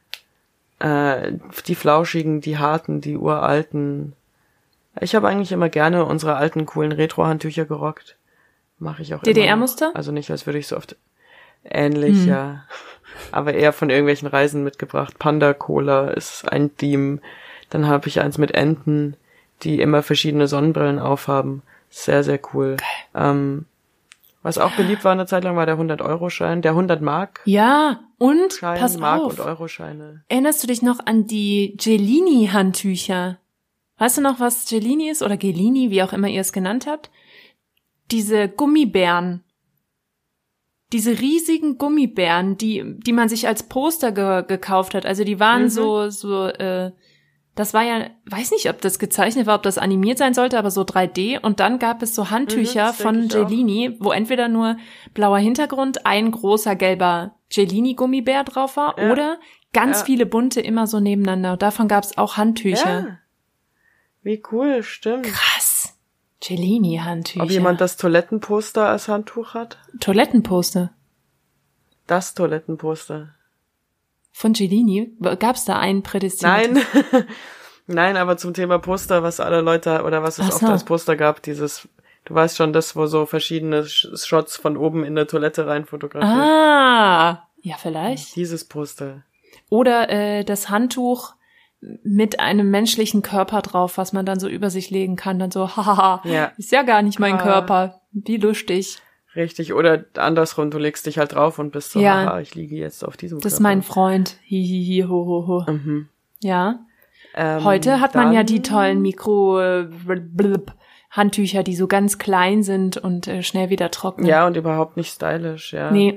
Die flauschigen, die harten, die uralten. Ich habe eigentlich immer gerne unsere alten, coolen Retro-Handtücher gerockt. Mache ich auch DDR-Muster? Also nicht, als würde ich so oft... Ähnlich, ja. Aber eher von irgendwelchen Reisen mitgebracht. Panda-Cola ist ein Theme. Dann habe ich eins mit Enten, die immer verschiedene Sonnenbrillen aufhaben. Sehr, sehr cool. Was auch beliebt war eine Zeit lang, war der 100-Euro-Schein, der 100-Mark. Ja, und Schein, pass Mark auf. und Euro-Scheine. Erinnerst du dich noch an die Gelini-Handtücher? Weißt du noch, was Gelini ist oder Gelini, wie auch immer ihr es genannt habt? Diese Gummibären. Diese riesigen Gummibären, die man sich als Poster gekauft hat. Also die waren das war ja, weiß nicht, ob das gezeichnet war, ob das animiert sein sollte, aber so 3D. Und dann gab es so Handtücher von Gelini, wo entweder nur blauer Hintergrund, ein großer gelber Gelini-Gummibär drauf war oder ganz viele bunte immer so nebeneinander. Und davon gab es auch Handtücher. Ja. Wie cool, stimmt. Krass. Cellini-Handtücher. Ob jemand das Toilettenposter als Handtuch hat? Toilettenposter. Das Toilettenposter. Von Cellini? Gab's da einen prädestiniertes? Nein. Nein, aber zum Thema Poster, was alle Leute, oder was es oft als Poster gab, dieses, du weißt schon, das, wo so verschiedene Shots von oben in der Toilette rein fotografiert. Ah, ja, vielleicht. Dieses Poster. Oder das Handtuch mit einem menschlichen Körper drauf, was man dann so über sich legen kann, dann so, haha, ja. Ist ja gar nicht mein Körper. Wie lustig. Richtig, oder andersrum, du legst dich halt drauf und bist so, haha, ich liege jetzt auf diesem Körper. Das ist mein Freund. Hihihi, ho, ho, ho. Mhm. Ja. Heute hat man ja die tollen Handtücher, die so ganz klein sind und schnell wieder trocknen. Ja, und überhaupt nicht stylisch, ja. Nee.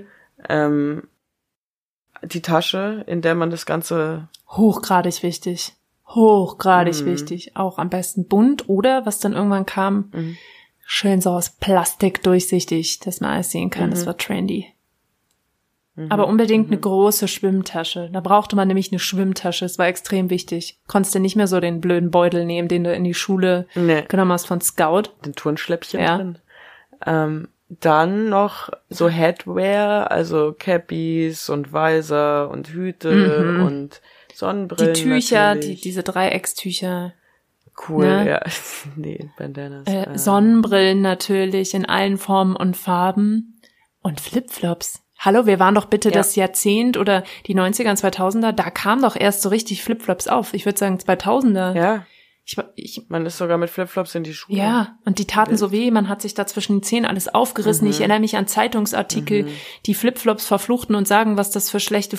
Die Tasche, in der man das Ganze... Hochgradig wichtig. Hochgradig wichtig. Auch am besten bunt oder, was dann irgendwann kam, schön so aus Plastik durchsichtig, dass man alles sehen kann. Das war trendy. Aber unbedingt eine große Schwimmtasche. Da brauchte man nämlich eine Schwimmtasche. Es war extrem wichtig. Konntest du nicht mehr so den blöden Beutel nehmen, den du in die Schule genommen hast von Scout. Den Turnschläppchen drin. Dann noch so Headwear, also Cappies und Visor und Hüte und Sonnenbrillen. Die Tücher, diese Dreieckstücher. Cool, ne? Ja. Nee, Bandanas. Sonnenbrillen natürlich in allen Formen und Farben. Und Flipflops. Hallo, wir waren doch bitte das Jahrzehnt oder die 90er und 2000er, da kam doch erst so richtig Flipflops auf. Ich würde sagen 2000er. Ja. Man ist sogar mit Flipflops in die Schule. Ja, und die taten so weh, man hat sich da zwischen den Zähnen alles aufgerissen. Ich erinnere mich an Zeitungsartikel, die Flipflops verfluchten und sagen, was das für schlechte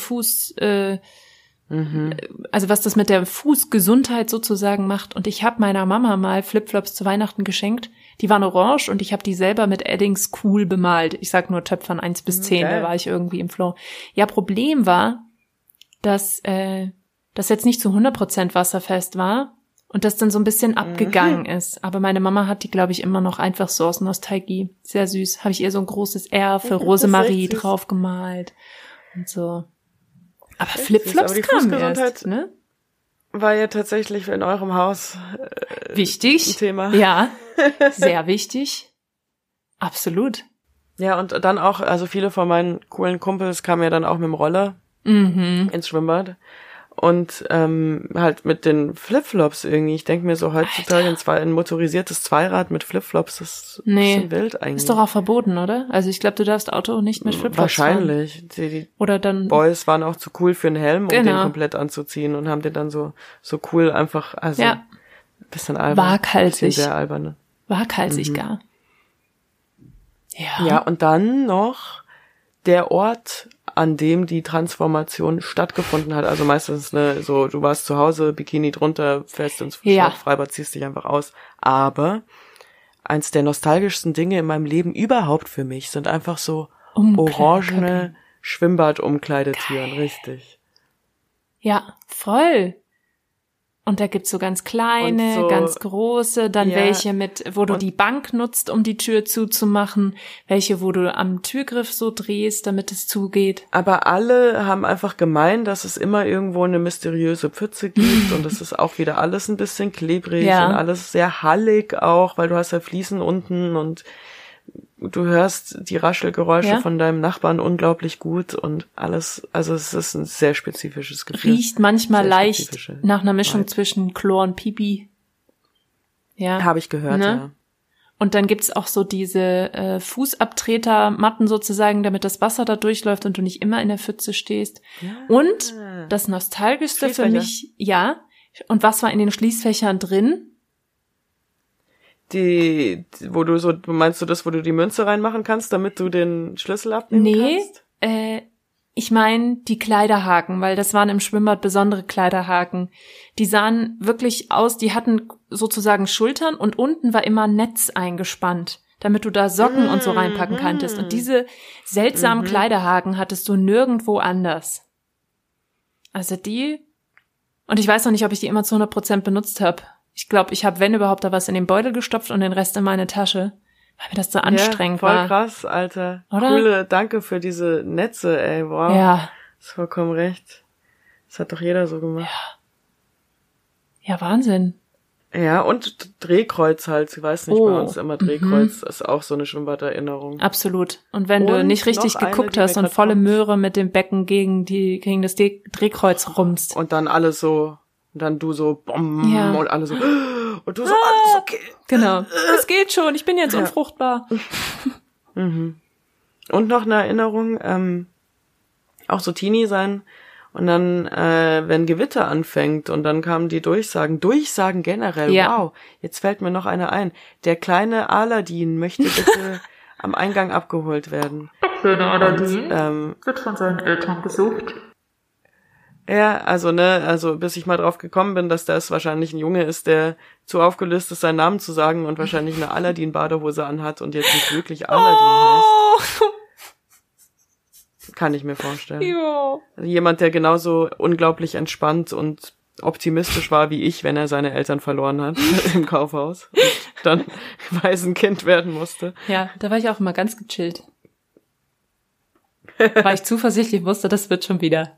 also was das mit der Fußgesundheit sozusagen macht. Und ich habe meiner Mama mal Flipflops zu Weihnachten geschenkt. Die waren orange und ich habe die selber mit Eddings cool bemalt. Ich sag nur Töpfern 1 bis 10, da war ich irgendwie im Flow. Ja, Problem war, dass das jetzt nicht zu 100% wasserfest war und das dann so ein bisschen abgegangen ist. Aber meine Mama hat die, glaube ich, immer noch einfach so aus Nostalgie. Sehr süß. Habe ich ihr so ein großes R für Rosemarie drauf gemalt und so. Aber Flipflops kamen erst, ne? War ja tatsächlich in eurem Haus wichtig. Ein Thema. Ja, sehr wichtig. Absolut. Ja, und dann auch, also viele von meinen coolen Kumpels kamen ja dann auch mit dem Roller ins Schwimmbad. Und halt mit den Flipflops irgendwie. Ich denke mir so heutzutage ein motorisiertes Zweirad mit Flipflops, das ist ein bisschen wild eigentlich. Ist doch auch verboten, oder? Also ich glaube, du darfst Auto nicht mit Flipflops wahrscheinlich. fahren. Die oder dann Boys waren auch zu cool für einen Helm, um den komplett anzuziehen und haben den dann so cool einfach, also ein bisschen albern. Waghalsig. Sehr albern. Ne? Waghalsig gar. Ja, und dann noch der Ort, an dem die Transformation stattgefunden hat. Also meistens, so, du warst zu Hause, Bikini drunter, fährst ins Freibad, ziehst dich einfach aus. Aber eins der nostalgischsten Dinge in meinem Leben überhaupt für mich sind einfach so orangene Schwimmbad-Umkleidetüren, richtig. Ja, voll. Und da gibt's so ganz kleine, ganz große, dann welche wo du die Bank nutzt, um die Tür zuzumachen, welche, wo du am Türgriff so drehst, damit es zugeht. Aber alle haben einfach gemein, dass es immer irgendwo eine mysteriöse Pfütze gibt und es ist auch wieder alles ein bisschen klebrig und alles sehr hallig auch, weil du hast ja Fliesen unten und du hörst die Raschelgeräusche von deinem Nachbarn unglaublich gut und alles, also es ist ein sehr spezifisches Gefühl. Riecht manchmal leicht nach einer Mischung zwischen Chlor und Pipi. Ja. Habe ich gehört, ja. Und dann gibt's auch so diese Fußabtretermatten sozusagen, damit das Wasser da durchläuft und du nicht immer in der Pfütze stehst. Ja. Und das Nostalgischste für mich, und was war in den Schließfächern drin? Meinst du das, wo du die Münze reinmachen kannst, damit du den Schlüssel abnehmen kannst? Ich meine die Kleiderhaken, weil das waren im Schwimmbad besondere Kleiderhaken. Die sahen wirklich aus, die hatten sozusagen Schultern und unten war immer Netz eingespannt, damit du da Socken und so reinpacken konntest. Und diese seltsamen Kleiderhaken hattest du nirgendwo anders. Also und ich weiß noch nicht, ob ich die immer zu 100% benutzt habe. Ich glaube, ich habe, wenn überhaupt, da was in den Beutel gestopft und den Rest in meine Tasche, weil mir das so anstrengend war. Voll krass, Alter. Oder? Coole, danke für diese Netze, ey, wow. Ja. Hast vollkommen recht. Das hat doch jeder so gemacht. Ja, Wahnsinn. Ja, und Drehkreuz halt. Ich weiß nicht, bei uns immer Drehkreuz ist auch so eine Schwimmbaderinnerung. Absolut. Und wenn du nicht richtig geguckt hast und volle Möhre mit dem Becken gegen das Drehkreuz rumst. Und dann alle so, und dann du so, bom, und alle so, und du so, alles okay. Genau. Es geht schon, ich bin jetzt unfruchtbar. Und noch eine Erinnerung, auch so Teenie sein. Und dann, wenn Gewitter anfängt und dann kamen die Durchsagen generell, wow, jetzt fällt mir noch eine ein. Der kleine Aladdin möchte bitte am Eingang abgeholt werden. Der kleine Aladdin wird von seinen Eltern gesucht. Ja, also bis ich mal drauf gekommen bin, dass das wahrscheinlich ein Junge ist, der zu aufgelöst ist, seinen Namen zu sagen und wahrscheinlich eine Aladdin-Badehose anhat und jetzt nicht wirklich Aladdin heißt. Kann ich mir vorstellen. Jo. Also jemand, der genauso unglaublich entspannt und optimistisch war wie ich, wenn er seine Eltern verloren hat im Kaufhaus und dann Waisenkind werden musste. Ja, da war ich auch immer ganz gechillt. Weil ich zuversichtlich wusste, das wird schon wieder.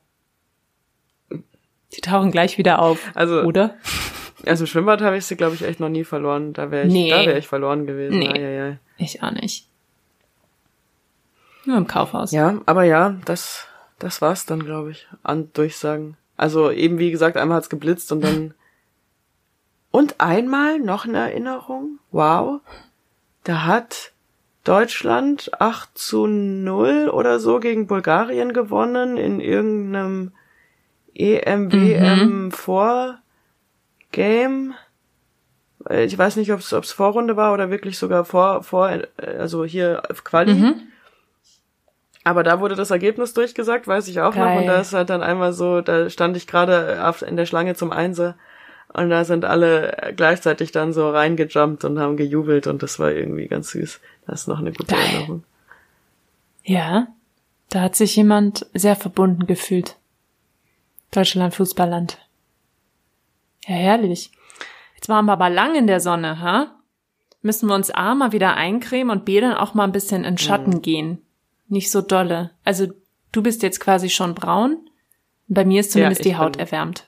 Die tauchen gleich wieder auf, oder? Also im Schwimmbad habe ich sie, glaube ich, echt noch nie verloren. Da wäre ich verloren gewesen. Nee, ich auch nicht. Nur im Kaufhaus. Ja, aber das war's dann, glaube ich, an Durchsagen. Also eben, wie gesagt, einmal hat's geblitzt und dann und einmal noch eine Erinnerung. Wow. Da hat Deutschland 8-0 oder so gegen Bulgarien gewonnen in irgendeinem EM-WM Vorgame. Ich weiß nicht, ob es Vorrunde war oder wirklich sogar also hier Quali. Aber da wurde das Ergebnis durchgesagt, weiß ich auch noch. Und da ist halt dann einmal so, da stand ich gerade in der Schlange zum Einser und da sind alle gleichzeitig dann so reingejumpt und haben gejubelt und das war irgendwie ganz süß. Das ist noch eine gute Erinnerung. Ja, da hat sich jemand sehr verbunden gefühlt. Deutschland, Fußballland. Ja, herrlich. Jetzt waren wir aber lang in der Sonne, ha? Müssen wir uns A mal wieder eincremen und B dann auch mal ein bisschen in Schatten gehen. Nicht so dolle. Also du bist jetzt quasi schon braun. Bei mir ist zumindest die Haut erwärmt.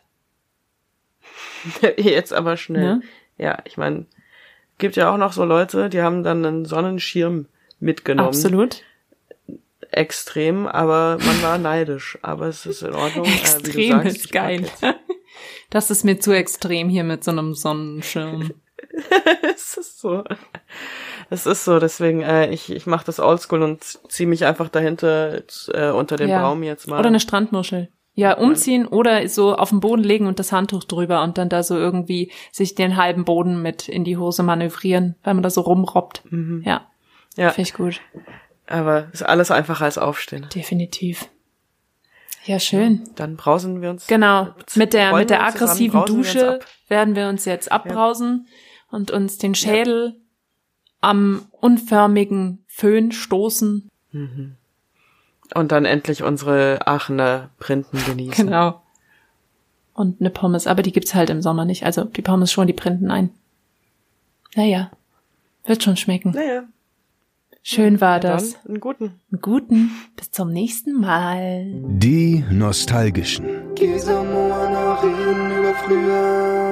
Jetzt aber schnell. Ne? Ja, ich meine, gibt ja auch noch so Leute, die haben dann einen Sonnenschirm mitgenommen. Absolut. Extrem, aber man war neidisch. Aber es ist in Ordnung. Extrem wie du sagst, ist geil. Das ist mir zu extrem hier mit so einem Sonnenschirm. Es ist so. Deswegen, ich mache das oldschool und ziehe mich einfach dahinter unter den Baum jetzt mal. Oder eine Strandmuschel. Ja, umziehen oder so auf den Boden legen und das Handtuch drüber und dann da so irgendwie sich den halben Boden mit in die Hose manövrieren, weil man da so rumrobbt. Ja, finde ich gut. Aber ist alles einfacher als aufstehen. Definitiv. Ja, schön. Dann brausen wir uns. Genau. Mit der aggressiven Dusche werden wir uns jetzt abbrausen und uns den Schädel am unförmigen Föhn stoßen. Und dann endlich unsere Aachener Printen genießen. Genau. Und eine Pommes, aber die gibt's halt im Sommer nicht. Also die Pommes schon, die Printen ein. Naja, wird schon schmecken. Naja. Schön war das. Dann einen guten. Bis zum nächsten Mal. Die Nostalgischen. Geh so nur noch reden über früher.